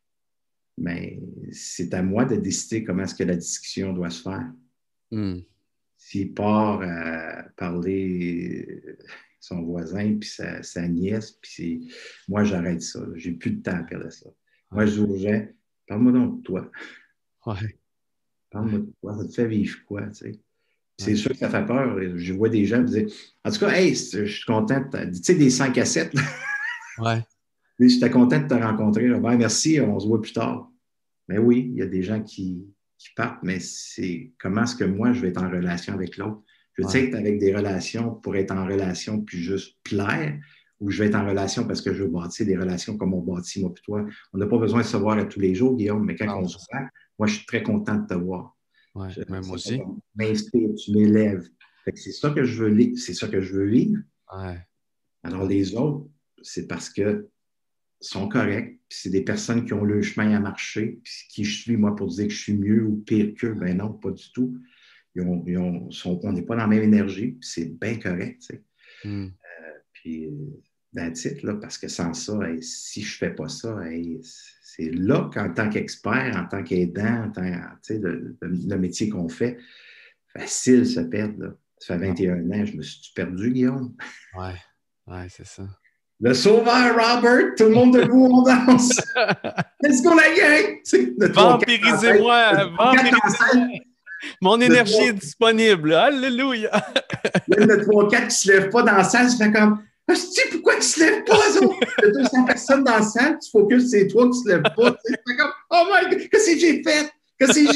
mais c'est à moi de décider comment est-ce que la discussion doit se faire. Mm. S'il part à parler son voisin, puis sa, sa nièce, puis moi, j'arrête ça. J'ai plus de temps à perdre ça. Moi, Ouais. je dis aux gens, parle-moi donc de toi. Ouais. Parle-moi de toi. Ça te fait vivre quoi, tu sais? C'est Ouais. sûr que ça fait peur. Je vois des gens me dire, en tout cas, hey, je suis content, de tu sais, des cinq à sept, Ouais. j'étais content de te rencontrer. Ben, merci, on se voit plus tard. Mais oui, il y a des gens qui, qui partent, mais c'est comment est-ce que moi, je vais être en relation avec l'autre? Je veux Ouais. être avec des relations pour être en relation puis juste plaire, ou je vais être en relation parce que je veux bâtir des relations comme on bâtit, moi et toi. On n'a pas besoin de se voir à tous les jours, Guillaume, mais quand Non, on c'est se ça. voit, moi, je suis très content de te voir. Ouais. Je, Mais moi ça fait aussi. comme m'inspire, tu m'élèves. Fait que c'est ça que je veux, c'est ça que je veux vivre. Ouais. Alors, Ouais. les autres, c'est parce que sont corrects, puis c'est des personnes qui ont le chemin à marcher, puis qui je suis, moi, pour dire que je suis mieux ou pire qu'eux, ben non, pas du tout. Ils ont, ils ont, sont, on n'est pas dans la même énergie, puis c'est bien correct, tu sais. Mm. Puis, d'un titre, là, parce que sans ça, hey, si je ne fais pas ça, hey, c'est là qu'en tant qu'expert, en tant qu'aidant, en tant, tu sais, le, le, le métier qu'on fait, facile se perdre, là. Ça fait Non. vingt et un ans, je me suis perdu, Guillaume. Ouais. Ouais, c'est ça. Le sauveur, Robert, tout le monde debout, on danse. Let's go, la gang! Tu sais, le trois quatre dans la tête. Vampirisez-moi! Le trois quatre dans la Vampirisez-moi! tête. Mon Le énergie trois- est disponible. Alléluia! Là, le trois quatre qui ne se lève pas dans la salle, ça fait comme Hostie, pourquoi tu ne se lèves pas, eux autres? Il y a deux cents personnes dans la salle, tu focuses, c'est toi qui ne se lève pas. Tu sais, ça fait comme Oh my God, qu'est-ce que j'ai fait? Qu'est-ce que j'ai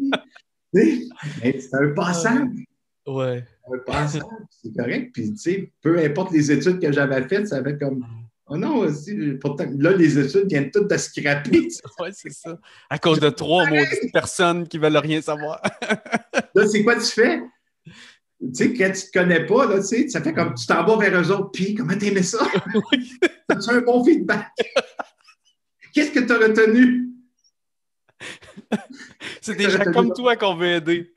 fait? Mais c'est un passage. Ouais. Un passage, c'est correct. Puis, tu sais, peu importe les études que j'avais faites, ça fait comme Oh non, aussi, pourtant, là, les études viennent toutes de scraper. Ouais, c'est ça. À cause de trois maudites personnes qui veulent rien savoir. Là, c'est quoi tu fais? Tu sais, quand tu ne te connais pas, là, tu sais, ça fait comme tu t'en vas vers eux autres. Puis, comment t'aimais ça? Oui. As-tu un bon feedback? Qu'est-ce que tu as retenu? C'est Qu'est-ce des que gens t'as retenu? comme toi qu'on veut aider.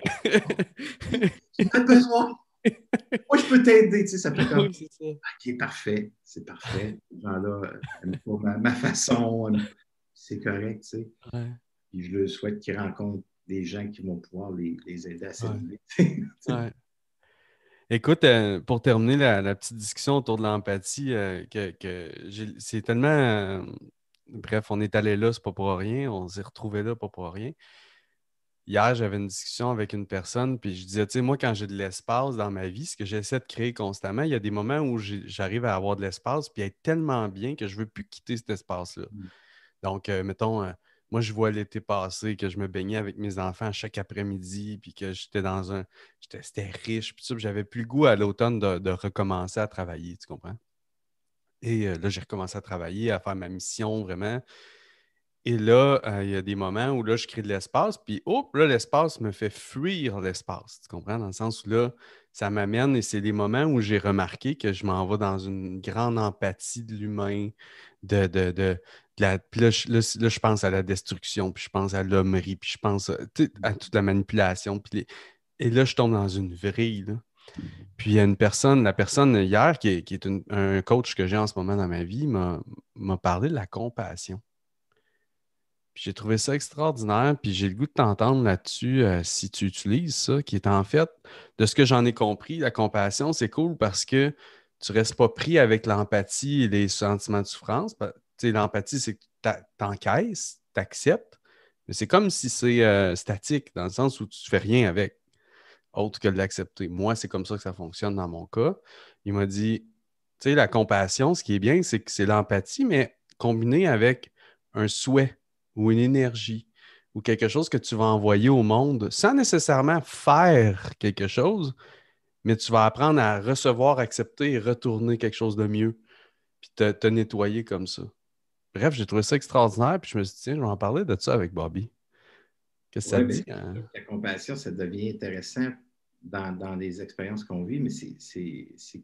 Tu as besoin. Moi, je peux t'aider. Tu sais, ça fait comme Oui, c'est ça. OK, parfait. C'est parfait. Ces gens-là n'aiment pas ma, ma façon. C'est correct, tu sais. Ouais. Puis, je leur souhaite qu'ils rencontrent des gens qui vont pouvoir les, les aider à Ouais. s'élever. Ouais. Écoute, euh, pour terminer la, la petite discussion autour de l'empathie, euh, que, que j'ai- c'est tellement. euh, bref, on est allé là, c'est pas pour rien. On s'est retrouvé là, pas pour rien. Hier, j'avais une discussion avec une personne, puis je disais, tu sais, moi, quand j'ai de l'espace dans ma vie, ce que j'essaie de créer constamment, il y a des moments où j'ai- j'arrive à avoir de l'espace, puis être tellement bien que je veux plus quitter cet espace-là. Donc, euh, mettons, euh, moi, je vois l'été passé que je me baignais avec mes enfants chaque après-midi, puis que j'étais dans un. j'étais- C'était riche, puis ça, puis j'avais plus le goût à l'automne de, de recommencer à travailler, tu comprends? Et euh, là, j'ai recommencé à travailler, à faire ma mission vraiment. Et là, euh, il y a des moments où là, je crée de l'espace, puis hop, là, l'espace me fait fuir l'espace. Tu comprends? Dans le sens où là, ça m'amène et c'est des moments où j'ai remarqué que je m'en vais dans une grande empathie de l'humain, de, de, de, de la. Puis là, je, là, là, je pense à la destruction, puis je pense à l'hommerie, puis je pense à, tu sais, à toute la manipulation. Puis les- Et là, je tombe dans une vrille, là. Puis il y a une personne, la personne hier, qui est, qui est une- un coach que j'ai en ce moment dans ma vie, m'a m'a parlé de la compassion. Puis j'ai trouvé ça extraordinaire, puis j'ai le goût de t'entendre là-dessus euh, si tu utilises ça, qui est en fait, de ce que j'en ai compris, la compassion, c'est cool parce que tu restes pas pris avec l'empathie et les sentiments de souffrance. Pa- Tu sais, l'empathie, c'est que tu t'encaisses, tu acceptes, mais c'est comme si c'est euh, statique, dans le sens où tu fais rien avec, autre que de l'accepter. Moi, c'est comme ça que ça fonctionne dans mon cas. Il m'a dit, tu sais, la compassion, ce qui est bien, c'est que c'est l'empathie, mais combinée avec un souhait ou une énergie ou quelque chose que tu vas envoyer au monde sans nécessairement faire quelque chose, mais tu vas apprendre à recevoir, accepter et retourner quelque chose de mieux, puis te, te nettoyer comme ça. Bref, j'ai trouvé ça extraordinaire, puis je me suis dit, tiens, je vais en parler de ça avec Bobby. Qu'est-ce que ça Oui, te bien, dit, hein? la compassion, ça devient intéressant dans, dans les expériences qu'on vit, mais c'est, c'est, c'est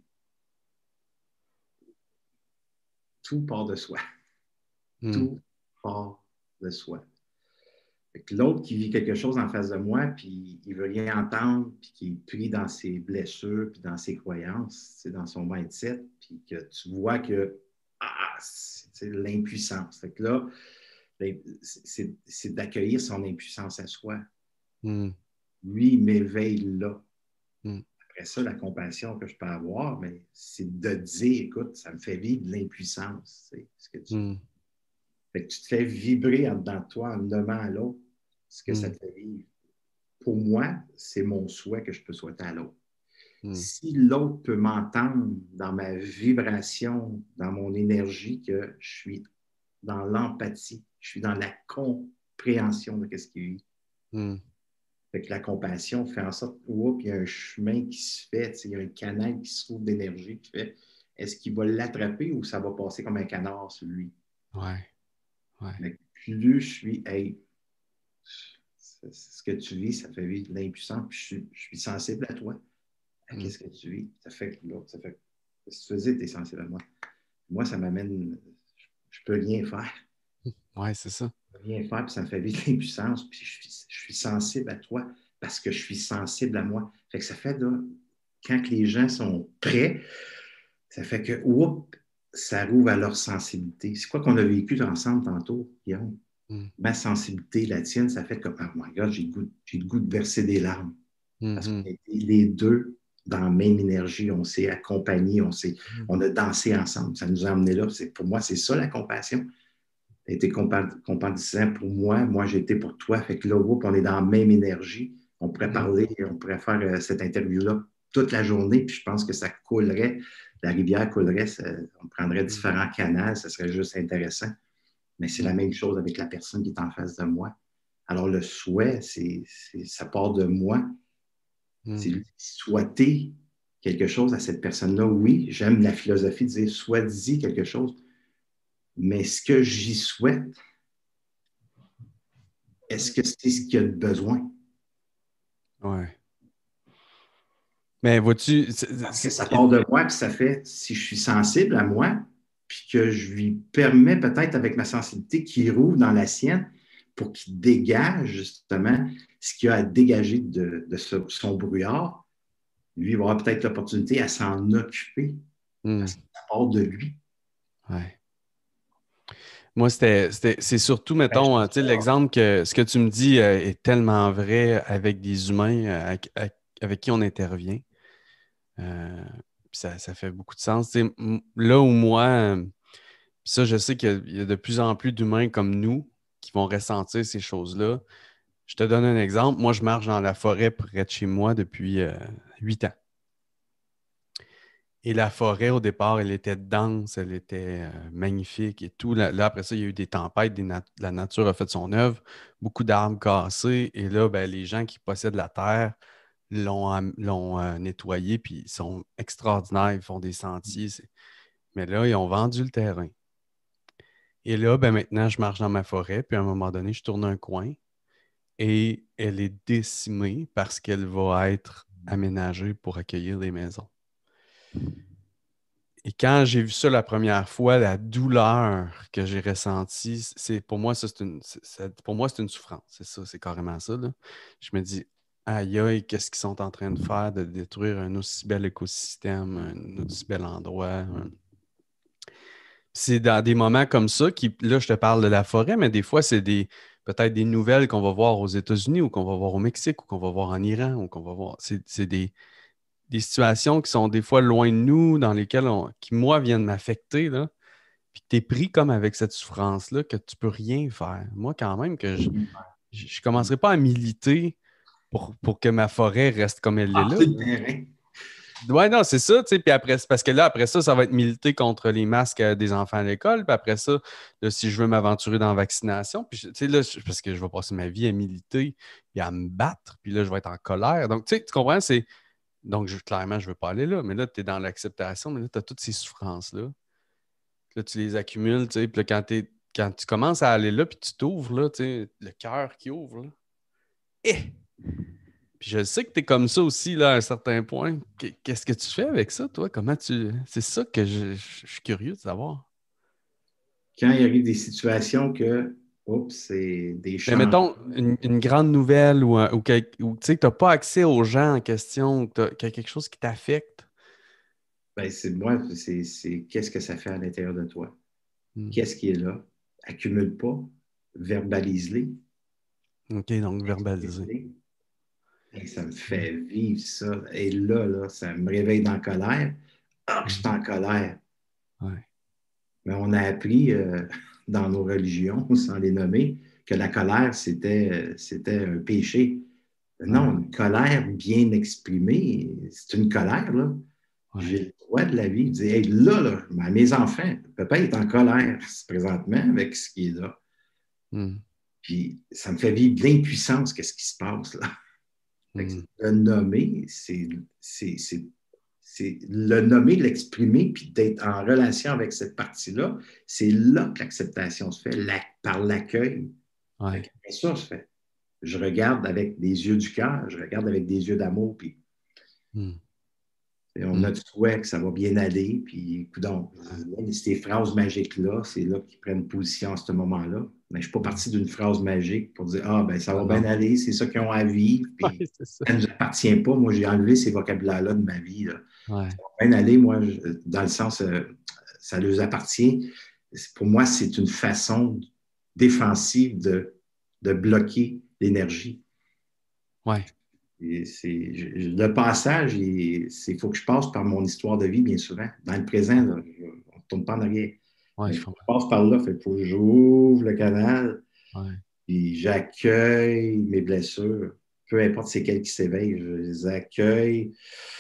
tout part de soi. Hmm. Tout part de soi. Fait que l'autre qui vit quelque chose en face de moi, puis il ne veut rien entendre, puis qui est pris dans ses blessures, puis dans ses croyances, c'est dans son mindset, puis que tu vois que ah, c'est l'impuissance. Fait que là, c'est, c'est d'accueillir son impuissance à soi. Mm. Lui, il m'éveille là. Mm. Après ça, la compassion que je peux avoir, mais c'est de dire, écoute, ça me fait vivre de l'impuissance. C'est ce que tu... Mm. Fait que tu te fais vibrer en dedans de toi en nommant à l'autre ce que mm. ça te fait vivre. Pour moi, c'est mon souhait que je peux souhaiter à l'autre. Mm. Si l'autre peut m'entendre dans ma vibration, dans mon énergie, que je suis dans l'empathie, je suis dans la compréhension de ce qu'il vit. Mm. Fait que la compassion fait en sorte qu'il y a un chemin qui se fait, il y a un canal qui se trouve d'énergie qui fait est-ce qu'il va l'attraper ou ça va passer comme un canard sur lui? Ouais. Ouais. Mais plus je suis, hey, c'est ce que tu vis, ça fait vivre de l'impuissance, puis je suis, je suis sensible à toi. À Mm. qu'est-ce que tu vis? Ça fait que l'autre, ça fait que si tu faisais, tu es sensible à moi. Moi, ça m'amène, je ne peux rien faire. Ouais, c'est ça. Je peux rien faire, puis ça me fait vivre de l'impuissance, puis je suis, je suis sensible à toi parce que je suis sensible à moi. Fait que ça fait, là, quand les gens sont prêts, ça fait que, oups, ça rouvre à leur sensibilité. C'est quoi qu'on a vécu ensemble tantôt, Guillaume? Mm. Ma sensibilité, la tienne, ça fait comme, oh my God, j'ai le goût, j'ai le goût de verser des larmes. Mm-hmm. Parce qu'on était les deux dans la même énergie, on s'est accompagnés, on, s'est, mm. on a dansé ensemble. Ça nous a amenés là. C'est, pour moi, c'est ça la compassion. Tu as été compatissant pour moi, moi j'ai été pour toi. Fait que là, oups, on est dans la même énergie. On pourrait mm. parler, on pourrait faire euh, cette interview-là toute la journée, puis je pense que ça coulerait, la rivière coulerait, ça, on prendrait différents canaux, ça serait juste intéressant. Mais c'est la même chose avec la personne qui est en face de moi. Alors, le souhait, c'est, c'est, ça part de moi. Mm. C'est souhaiter quelque chose à cette personne-là. Oui, j'aime la philosophie de dire souhaite-y quelque chose, mais ce que j'y souhaite, est-ce que c'est ce qu'il y a de besoin? Ouais. Mais vois-tu... Parce que ça part de moi, puis ça fait, si je suis sensible à moi, puis que je lui permets peut-être avec ma sensibilité qu'il rouvre dans la sienne pour qu'il dégage justement ce qu'il a à dégager de, de ce, son brouillard, lui, il va avoir peut-être l'opportunité à s'en occuper mm. parce que ça part de lui. Ouais. Moi, c'était, c'était, c'est surtout, mettons, ben, tu sais, l'exemple que ce que tu me dis euh, est tellement vrai avec des humains euh, avec, avec, avec qui on intervient. Euh, ça, ça fait beaucoup de sens. Tu sais, m- là où moi, euh, ça, je sais qu'il y a de plus en plus d'humains comme nous qui vont ressentir ces choses-là. Je te donne un exemple. Moi, je marche dans la forêt près de chez moi depuis euh, huit ans. Et la forêt, au départ, elle était dense, elle était euh, magnifique et tout. Là, là, après ça, il y a eu des tempêtes, des nat- la nature a fait son œuvre, beaucoup d'arbres cassés. Et là, ben, les gens qui possèdent la terre l'ont, l'ont euh, nettoyée, puis ils sont extraordinaires, ils font des sentiers. C'est... Mais là, ils ont vendu le terrain. Et là, ben, maintenant, je marche dans ma forêt, puis à un moment donné, je tourne un coin et elle est décimée parce qu'elle va être aménagée pour accueillir des maisons. Et quand j'ai vu ça la première fois, la douleur que j'ai ressentie, c'est, pour moi, ça, c'est une, c'est, pour moi, c'est une souffrance. C'est ça, c'est carrément ça. Là. Je me dis, aïe, aïe, qu'est-ce qu'ils sont en train de faire, de détruire un aussi bel écosystème, un aussi bel endroit. C'est dans des moments comme ça, qui, là, je te parle de la forêt, mais des fois, c'est des peut-être des nouvelles qu'on va voir aux États-Unis ou qu'on va voir au Mexique ou qu'on va voir en Iran ou qu'on va voir. C'est, c'est des. des situations qui sont des fois loin de nous, dans lesquelles, on, qui, moi, viennent m'affecter, là, puis que tu es pris comme avec cette souffrance-là, que tu peux rien faire. Moi, quand même, que je ne commencerai pas à militer pour, pour que ma forêt reste comme elle est là. Ah, le terrain. Ouais, non, c'est ça, tu sais, puis après, parce que là, après ça, ça va être militer contre les masques des enfants à l'école, puis après ça, là, si je veux m'aventurer dans la vaccination, puis, tu sais, là, parce que je vais passer ma vie à militer, puis à me battre, puis là, je vais être en colère. Donc, tu sais, tu comprends, c'est Donc, je, clairement, je ne veux pas aller là. Mais là, tu es dans l'acceptation, mais là, tu as toutes ces souffrances-là. Là, tu les accumules, tu sais. Puis là, quand, t'es, quand tu commences à aller là, puis tu t'ouvres, là, tu sais, le cœur qui ouvre, là. Eh! Puis je sais que tu es comme ça aussi, là, à un certain point. Qu'est-ce que tu fais avec ça, toi? Comment tu... C'est ça que je, je suis curieux de savoir. Quand il arrive des situations que oups, c'est des Mais champs. mettons, une, une grande nouvelle ou, un- ou, quel- ou, tu sais, que tu n'as pas accès aux gens en question, ou que t'as- qu'il y a quelque chose qui t'affecte. Ben, c'est moi, c'est c'est qu'est-ce que ça fait à l'intérieur de toi? Hmm. Qu'est-ce qui est là? Accumule pas, verbalise-les, OK, donc verbaliser. exprime-les. Et ça me Hmm. fait vivre ça. Et là, là, ça me réveille dans la colère. Ah, que je suis en colère. Ouais. Mais on a appris euh, dans nos religions, sans les nommer, que la colère, c'était, c'était un péché. Ouais. Non, une colère bien exprimée, c'est une colère, là. Ouais. J'ai le droit de la vie. Je dis, hey, là, là, mes enfants, papa est en colère présentement avec ce qui est là. Hmm. Puis ça me fait vivre de l'impuissance, qu'est-ce qui se passe là. Fait que Hmm. le nommer, c'est, c'est, c'est, c'est le nommer, l'exprimer, puis d'être en relation avec cette partie-là. C'est là que l'acceptation se fait, la- par l'accueil. Fait que Ouais. après ça se fait. Je regarde avec des yeux du cœur, je regarde avec des yeux d'amour, puis Hmm. et on Hmm. a du souhait que ça va bien aller, puis donc, ces phrases magiques-là, c'est là qu'ils prennent position à ce moment-là. Mais je ne suis pas parti d'une phrase magique pour dire ah, ben ça va Ah bien non. aller, c'est ça qu'ils ont à vivre, Ouais, puis c'est ça. ça ne nous appartient pas. Moi, j'ai enlevé ces vocabulaires-là de ma vie. Là. Ouais. Ça va bien aller, moi, je- dans le sens, euh, ça leur appartient. Pour moi, c'est une façon défensive de, de bloquer l'énergie. Ouais. Et c'est, je- le passage, il faut que je passe par mon histoire de vie, bien souvent. Dans le présent, là, je- on ne tourne pas en arrière. Ouais, Mais il je faut que je comprends. passe par là. Il faut que j'ouvre le canal, Ouais. puis j'accueille mes blessures. Peu importe c'est quelles qui s'éveillent, je les accueille.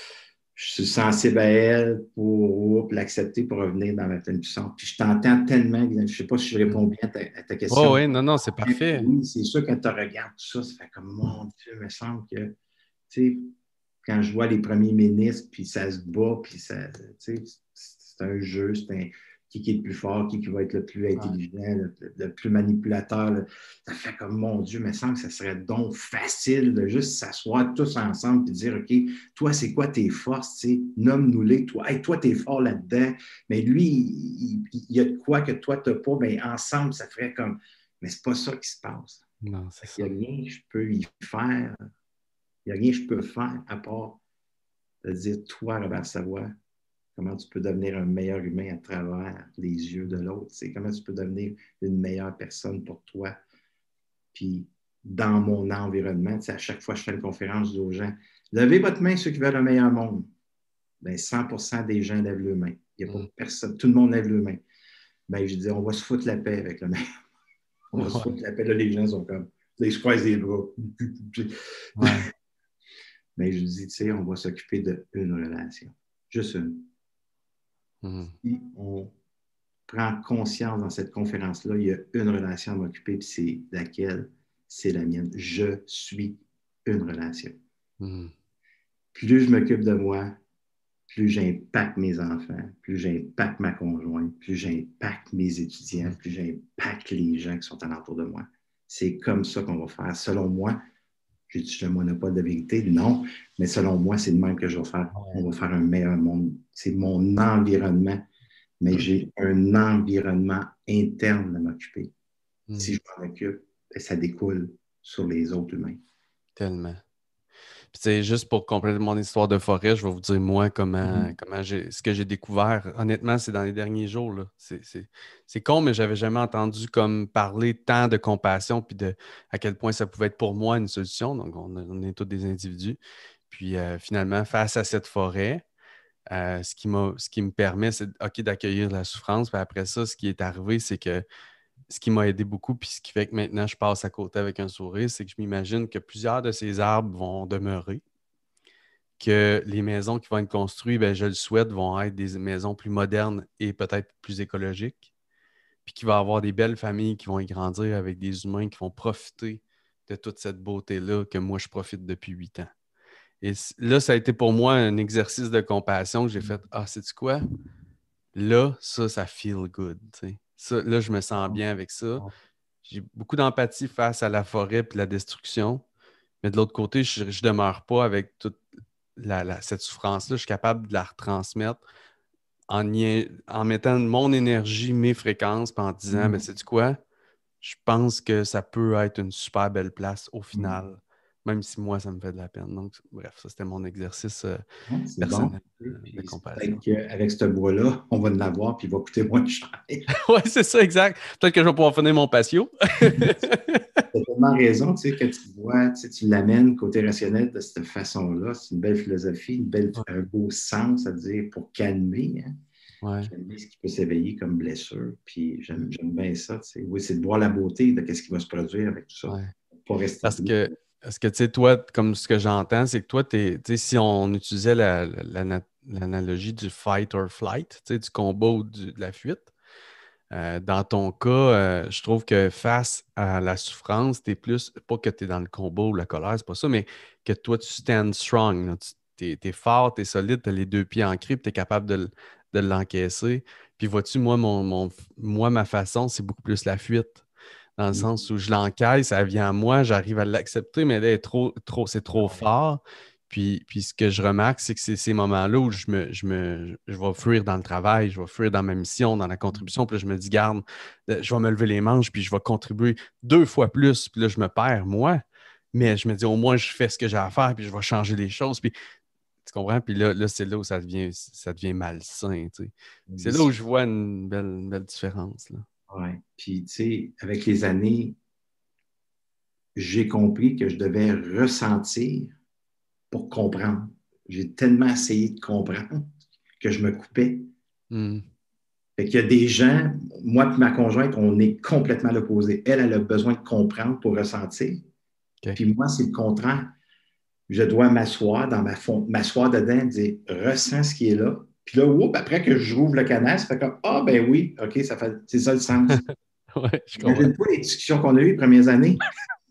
Je suis sensible à elles pour, pour l'accepter, pour revenir dans ma pleine puissance. Puis je t'entends tellement, je ne sais pas si je Hmm. réponds bien à ta, à ta Oh, question. oui, non, non, c'est parfait. Oui, c'est sûr, quand tu regardes tout ça, ça fait comme, mon Dieu, il me semble que, tu sais, quand je vois les premiers ministres, puis ça se bat, puis ça, tu sais, c'est un jeu, c'est un qui, qui est le plus fort, qui, qui va être le plus Ouais. intelligent, le, le plus manipulateur. Là. Ça fait comme, mon Dieu, il me semble que ça serait donc facile de juste s'asseoir tous ensemble et dire, OK, toi, c'est quoi tes forces, tu sais, nomme-nous-les, toi, hey, toi, t'es fort là-dedans, mais lui, il, il, il y a de quoi que toi, t'as pas, bien, ensemble, ça ferait comme, mais c'est pas ça qui se passe. Non, c'est Il ça. n'y a rien que je peux y faire, il n'y a rien que je peux faire à part de dire, toi, Robert Savoie, comment tu peux devenir un meilleur humain à travers les yeux de l'autre. C'est comment tu peux devenir une meilleure personne pour toi. Puis, dans mon environnement, à chaque fois que je fais une conférence, je dis aux gens, levez votre main ceux qui veulent un meilleur monde. Bien, cent pour cent des gens lèvent le main. Il n'y a pas Hmm. personne, tout le monde lève le main. Bien, je dis, on va se foutre la paix avec le meilleur. On va se Ouais. foutre la paix. Là, les gens sont comme, là, ils se croisent les bras. Ouais. Mais je dis, tu sais, on va s'occuper d'une relation. Juste une. Hmm. Si on prend conscience dans cette conférence-là, il y a une relation à m'occuper, puis c'est laquelle? C'est la mienne. Je suis une relation. Hmm. Plus je m'occupe de moi, plus j'impacte mes enfants, plus j'impacte ma conjointe, plus j'impacte mes étudiants, Hmm. plus j'impacte les gens qui sont alentour de moi. C'est comme ça qu'on va faire. Selon moi, j'ai-tu un monopole de vérité? Non. Mais selon moi, c'est le même que je vais faire. On va faire un meilleur monde. C'est mon environnement. Mais j'ai un environnement interne à m'occuper. Hmm. Si je m'en occupe, ça découle sur les autres humains. Tellement. Puis, tu sais, juste pour compléter mon histoire de forêt, je vais vous dire, moi, comment, Mm-hmm. comment j'ai, ce que j'ai découvert. Honnêtement, c'est dans les derniers jours, là. C'est, c'est, c'est con, mais j'avais jamais entendu comme parler tant de compassion, puis de à quel point ça pouvait être pour moi une solution. Donc, on, on est tous des individus. Puis, euh, finalement, face à cette forêt, euh, ce qui m'a, ce qui me permet, c'est, OK, d'accueillir la souffrance. Puis après ça, ce qui est arrivé, c'est que ce qui m'a aidé beaucoup, puis ce qui fait que maintenant je passe à côté avec un sourire, c'est que je m'imagine que plusieurs de ces arbres vont demeurer, que les maisons qui vont être construites, bien, je le souhaite, vont être des maisons plus modernes et peut-être plus écologiques, puis qu'il va y avoir des belles familles qui vont y grandir avec des humains qui vont profiter de toute cette beauté-là que moi je profite depuis huit ans. Et là, ça a été pour moi un exercice de compassion que j'ai fait. Ah, sais-tu quoi? Là, ça, ça feel good. Ça, là, je me sens bien avec ça. J'ai beaucoup d'empathie face à la forêt et la destruction. Mais de l'autre côté, je ne demeure pas avec toute la, la- cette souffrance-là. Je suis capable de la retransmettre en, y- en mettant mon énergie, mes fréquences, puis en disant, ben, sais-tu quoi? je pense que ça peut être une super belle place au final, Mm. même si moi, ça me fait de la peine. Donc, bref, ça, c'était mon exercice euh, Ouais, c'est bon. personnel euh, Puis de c'est compassion. peut-être qu'avec ce bois-là, on va l'avoir, puis il va coûter moins cher. Oui, c'est ça, exact. Peut-être que je vais pouvoir finir mon patio. Tu as tellement raison, tu sais, que tu vois, tu sais, tu l'amènes côté rationnel de cette façon-là. C'est une belle philosophie, une belle, Ouais. un beau sens à dire pour calmer, hein, Ouais. calmer ce qui peut s'éveiller comme blessure. Puis j'aime, j'aime bien ça, tu sais. Oui, c'est de voir la beauté de ce qui va se produire avec tout ça. Ouais. Pas rester Parce pris. que, parce que, tu sais, toi, comme ce que j'entends, c'est que toi, t'es, tu sais, si on utilisait la- la- l'ana- l'analogie du fight or flight, tu sais, du combat ou du- de la fuite, euh, dans ton cas, euh, je trouve que face à la souffrance, t'es plus, pas que tu es dans le combat ou la colère, c'est pas ça, mais que toi, tu stand strong, là. Tu es, fort, tu es solide, tu as les deux pieds ancrés, tu es capable de, l- de l'encaisser. Puis vois-tu, moi, mon, mon- moi, ma façon, c'est beaucoup plus la fuite. Dans le sens où je l'encaisse, elle vient à moi, j'arrive à l'accepter, mais là, elle est trop, trop, c'est trop fort. Puis, puis ce que je remarque, c'est que c'est ces moments-là où je me, je me, je vais fuir dans le travail, je vais fuir dans ma mission, dans la contribution. Puis là, je me dis, garde, euh, je vais me lever les manches, puis je vais contribuer deux fois plus. Puis là, je me perds, moi. Mais je me dis, au moins, je fais ce que j'ai à faire, puis je vais changer les choses. Puis, tu comprends? Puis là, là c'est là où ça devient, ça devient malsain, tu sais. C'est là où je vois une belle, une belle différence, là. Ouais. Puis, tu sais, avec les années, j'ai compris que je devais ressentir pour comprendre. J'ai tellement essayé de comprendre que je me coupais. Hmm. Fait qu'il y a des gens, moi et ma conjointe, on est complètement à l'opposé. Elle, elle a besoin de comprendre pour ressentir. OK. Puis moi, c'est le contraire. Je dois m'asseoir dans ma fond, m'asseoir dedans, dire ressens ce qui est là. Puis là, oups, après que je rouvre le canal, ça fait comme ah ben oui, OK, ça fait c'est ça le sens. Ouais, je comprends. Imagine-toi les discussions qu'on a eues les premières années.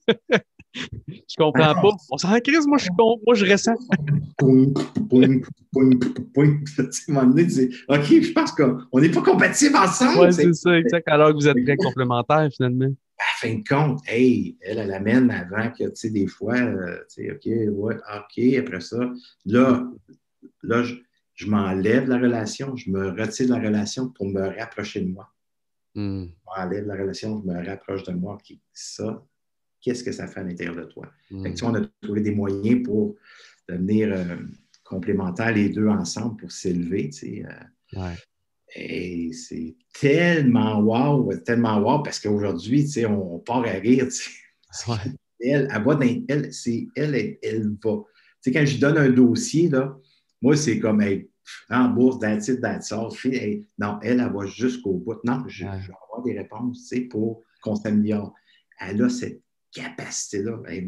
Je comprends pas. On s'en crise, moi je suis con, moi je ressens. Poum, poum, poum, poum. Tu sais, à un moment donné, tu dis, OK, je pense qu'on n'est pas compatibles ensemble. Ouais, C'est- c'est ça, exact. Alors que vous êtes très complémentaires finalement. À fin de compte, hey, elle, elle amène avant que, tu sais, des fois, euh, tu sais, OK, ouais, OK, après ça, là, là je, je m'enlève de la relation, je me retire de la relation pour me rapprocher de moi. Hmm. Je m'enlève de la relation, je me rapproche de moi. OK, ça, qu'est-ce que ça fait à l'intérieur de toi? Fait que, Hmm. tu sais, on a trouvé des moyens pour devenir euh, complémentaires les deux ensemble pour s'élever, tu sais. Euh, Ouais. et c'est tellement wow, tellement wow, parce qu'aujourd'hui, tu sais, on, on part à rire, tu sais. Ouais. Elle, elle va dans, elle, c'est, elle, elle, elle va. Tu sais, quand je lui donne un dossier, là, moi, c'est comme, hey, rembourse, that's it, that's all. Hey, non, elle, elle va jusqu'au bout. Non, je, Ouais. je vais avoir des réponses, tu sais, pour qu'on s'améliore. Elle a cette capacité-là. Hey,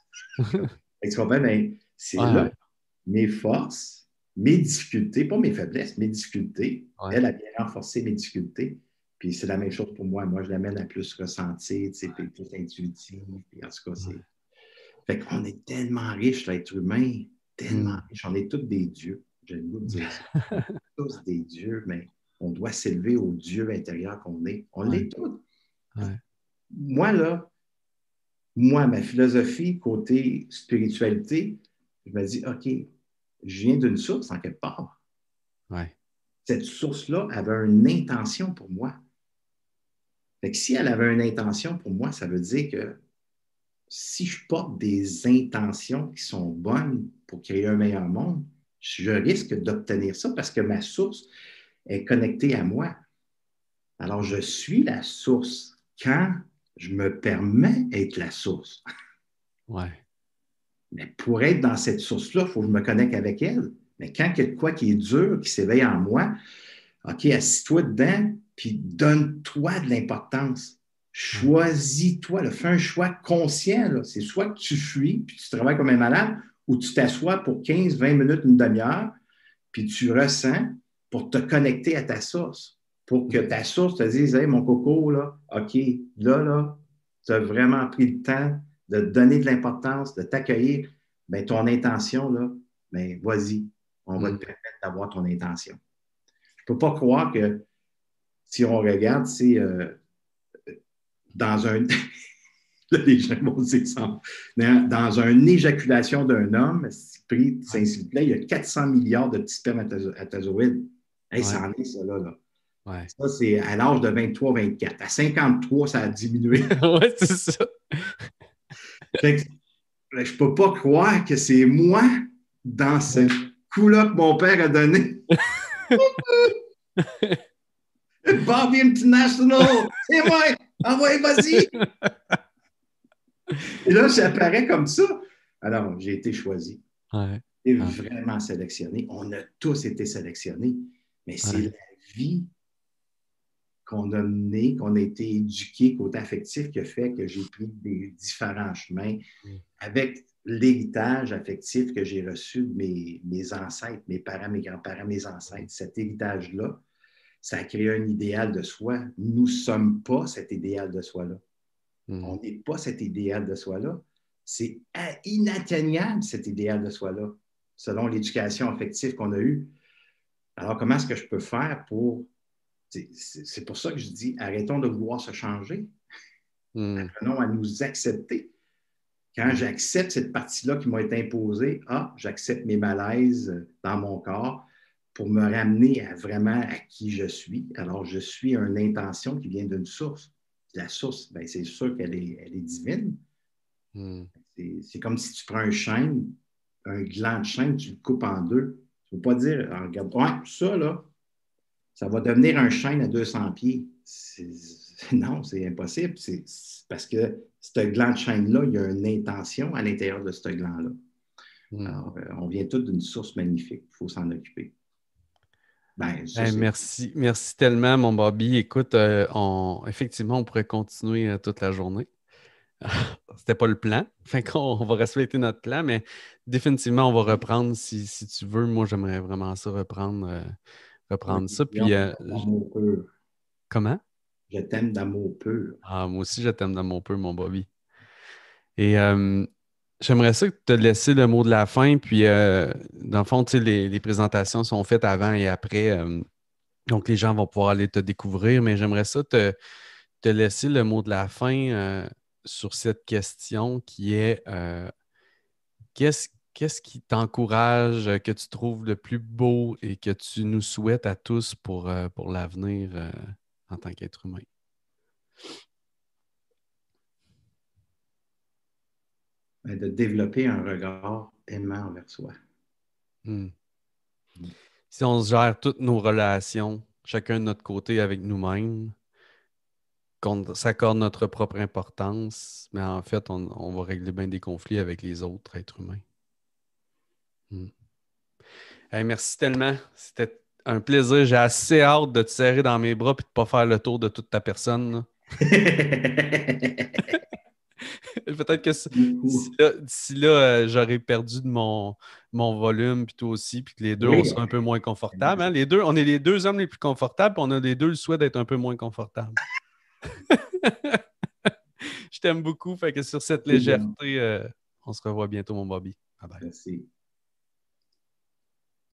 tu comprends? Mais c'est là Ouais. mes forces, mes difficultés, pas mes faiblesses, mes difficultés. Ouais. Elle a bien renforcé mes difficultés. Puis c'est la même chose pour moi. Moi, je l'amène à plus ressentir, tu sais, puis plus intuitif. Puis en tout cas, c'est. Fait qu'on est tellement riche, l'être humain, tellement Hmm. riche. On est tous des dieux. J'ai le goût de dire ça. On est tous des dieux, mais on doit s'élever au Dieu intérieur qu'on est. On Ouais. l'est tous. Ouais. Moi, là, moi, ma philosophie côté spiritualité, je me dis, OK, je viens d'une source en quelque part. Ouais. Cette source-là avait une intention pour moi. Fait que si elle avait une intention pour moi, ça veut dire que si je porte des intentions qui sont bonnes pour créer un meilleur monde, je risque d'obtenir ça parce que ma source est connectée à moi. Alors, je suis la source quand je me permets d'être la source. Ouais. Mais pour être dans cette source-là, il faut que je me connecte avec elle. Mais quand il y a de quoi qui est dur, qui s'éveille en moi, OK, assis-toi dedans, puis donne-toi de l'importance. Choisis-toi, là, fais un choix conscient. Là. C'est soit que tu fuis, puis tu travailles comme un malade, ou tu t'assois pour quinze, vingt minutes, une demi-heure, puis tu ressens pour te connecter à ta source. Pour que ta source te dise, hey, mon coco, là, OK, là, là, tu as vraiment pris le temps de te donner de l'importance, de t'accueillir. Bien, ton intention, là, bien, vas-y, on va Hmm. te permettre d'avoir ton intention. Je ne peux pas croire que si on regarde, c'est euh, dans un. Là, les gens vont dire ça. Dans, dans une éjaculation d'un homme, pris, s'il vous plaît, il y a quatre cents milliards de petits spermatozoïdes. Hey, Ouais. ça en est, ça, là. là. Ouais. Ça, c'est à l'âge de vingt-trois vingt-quatre. À cinquante-trois, ça a diminué. Ouais, c'est ça. Fait que, je ne peux pas croire que c'est moi, dans ce coup-là que mon père a donné. Bobby International! C'est moi! Ah ouais, vas-y! Et là, j'apparais comme ça. Alors, j'ai été choisi. Ouais. Et Ouais. vraiment sélectionné. On a tous été sélectionnés. Mais c'est Ouais. la vie qu'on a menée, qu'on a été éduqué côté affectif qui a fait que j'ai pris des différents chemins Mm. avec l'héritage affectif que j'ai reçu de mes, mes ancêtres, mes parents, mes grands-parents, mes ancêtres. Cet héritage-là, ça a créé un idéal de soi. Nous ne sommes pas cet idéal de soi-là. Mm. On n'est pas cet idéal de soi-là. C'est inatteignable, cet idéal de soi-là, selon l'éducation affective qu'on a eue. Alors, comment est-ce que je peux faire pour... C'est, c'est pour ça que je dis, arrêtons de vouloir se changer. Mm. Apprenons à nous accepter. Quand j'accepte cette partie-là qui m'a été imposée, ah, j'accepte mes malaises dans mon corps pour me ramener à vraiment à qui je suis. Alors, je suis une intention qui vient d'une source. La source, bien, c'est sûr qu'elle est, elle est divine. Mm. C'est, c'est comme si tu prends un chêne, un gland de chêne, tu le coupes en deux. Tu ne peux pas dire, ah, regarde, ouais, ça, là, ça va devenir un chêne à deux cents pieds. C'est, non, c'est impossible. C'est, c'est parce que ce gland de chêne-là, il y a une intention à l'intérieur de ce gland-là. Mm. Alors, euh, on vient tous d'une source magnifique. Il faut s'en occuper. Ben, ça, Hey, c'est... merci. Merci tellement, mon Bobby. Écoute, euh, on... effectivement, on pourrait continuer euh, toute la journée. C'était pas le plan. Fait qu'on on va respecter notre plan, mais définitivement, on va reprendre si, si tu veux. Moi, j'aimerais vraiment ça reprendre, euh, reprendre ça. Puis, euh, j- D'amour pur. comment? Je t'aime d'amour pur. Ah, moi aussi, je t'aime dans mon peu, mon Bobby. Et euh, j'aimerais ça te laisser le mot de la fin. Puis, euh, dans le fond, tu sais, les, les présentations sont faites avant et après. euh, donc, les gens vont pouvoir aller te découvrir, mais j'aimerais ça te, te laisser le mot de la fin euh, sur cette question qui est euh, qu'est-ce, qu'est-ce qui t'encourage, euh, que tu trouves le plus beau et que tu nous souhaites à tous pour, euh, pour l'avenir euh, en tant qu'être humain? Ben, de développer un regard aimant envers soi. Hmm. Si on se gère toutes nos relations, chacun de notre côté avec nous-mêmes, qu'on s'accorde notre propre importance, mais en fait, on, on va régler bien des conflits avec les autres êtres humains. Hmm. Hey, merci tellement. C'était un plaisir. J'ai assez hâte de te serrer dans mes bras et de ne pas faire le tour de toute ta personne, là. Peut-être que c- d'ici Beaucoup. là, d'ici là, euh, j'aurai perdu de mon, mon volume, puis toi aussi, puis que les deux, on Oui. sera un peu moins confortables, hein. Les deux, on est les deux hommes les plus confortables, puis on a les deux le souhait d'être un peu moins confortables. Je t'aime beaucoup. Fait que sur cette C'est bon. légèreté, euh, on se revoit bientôt, mon Bobby. Bye bye. Merci.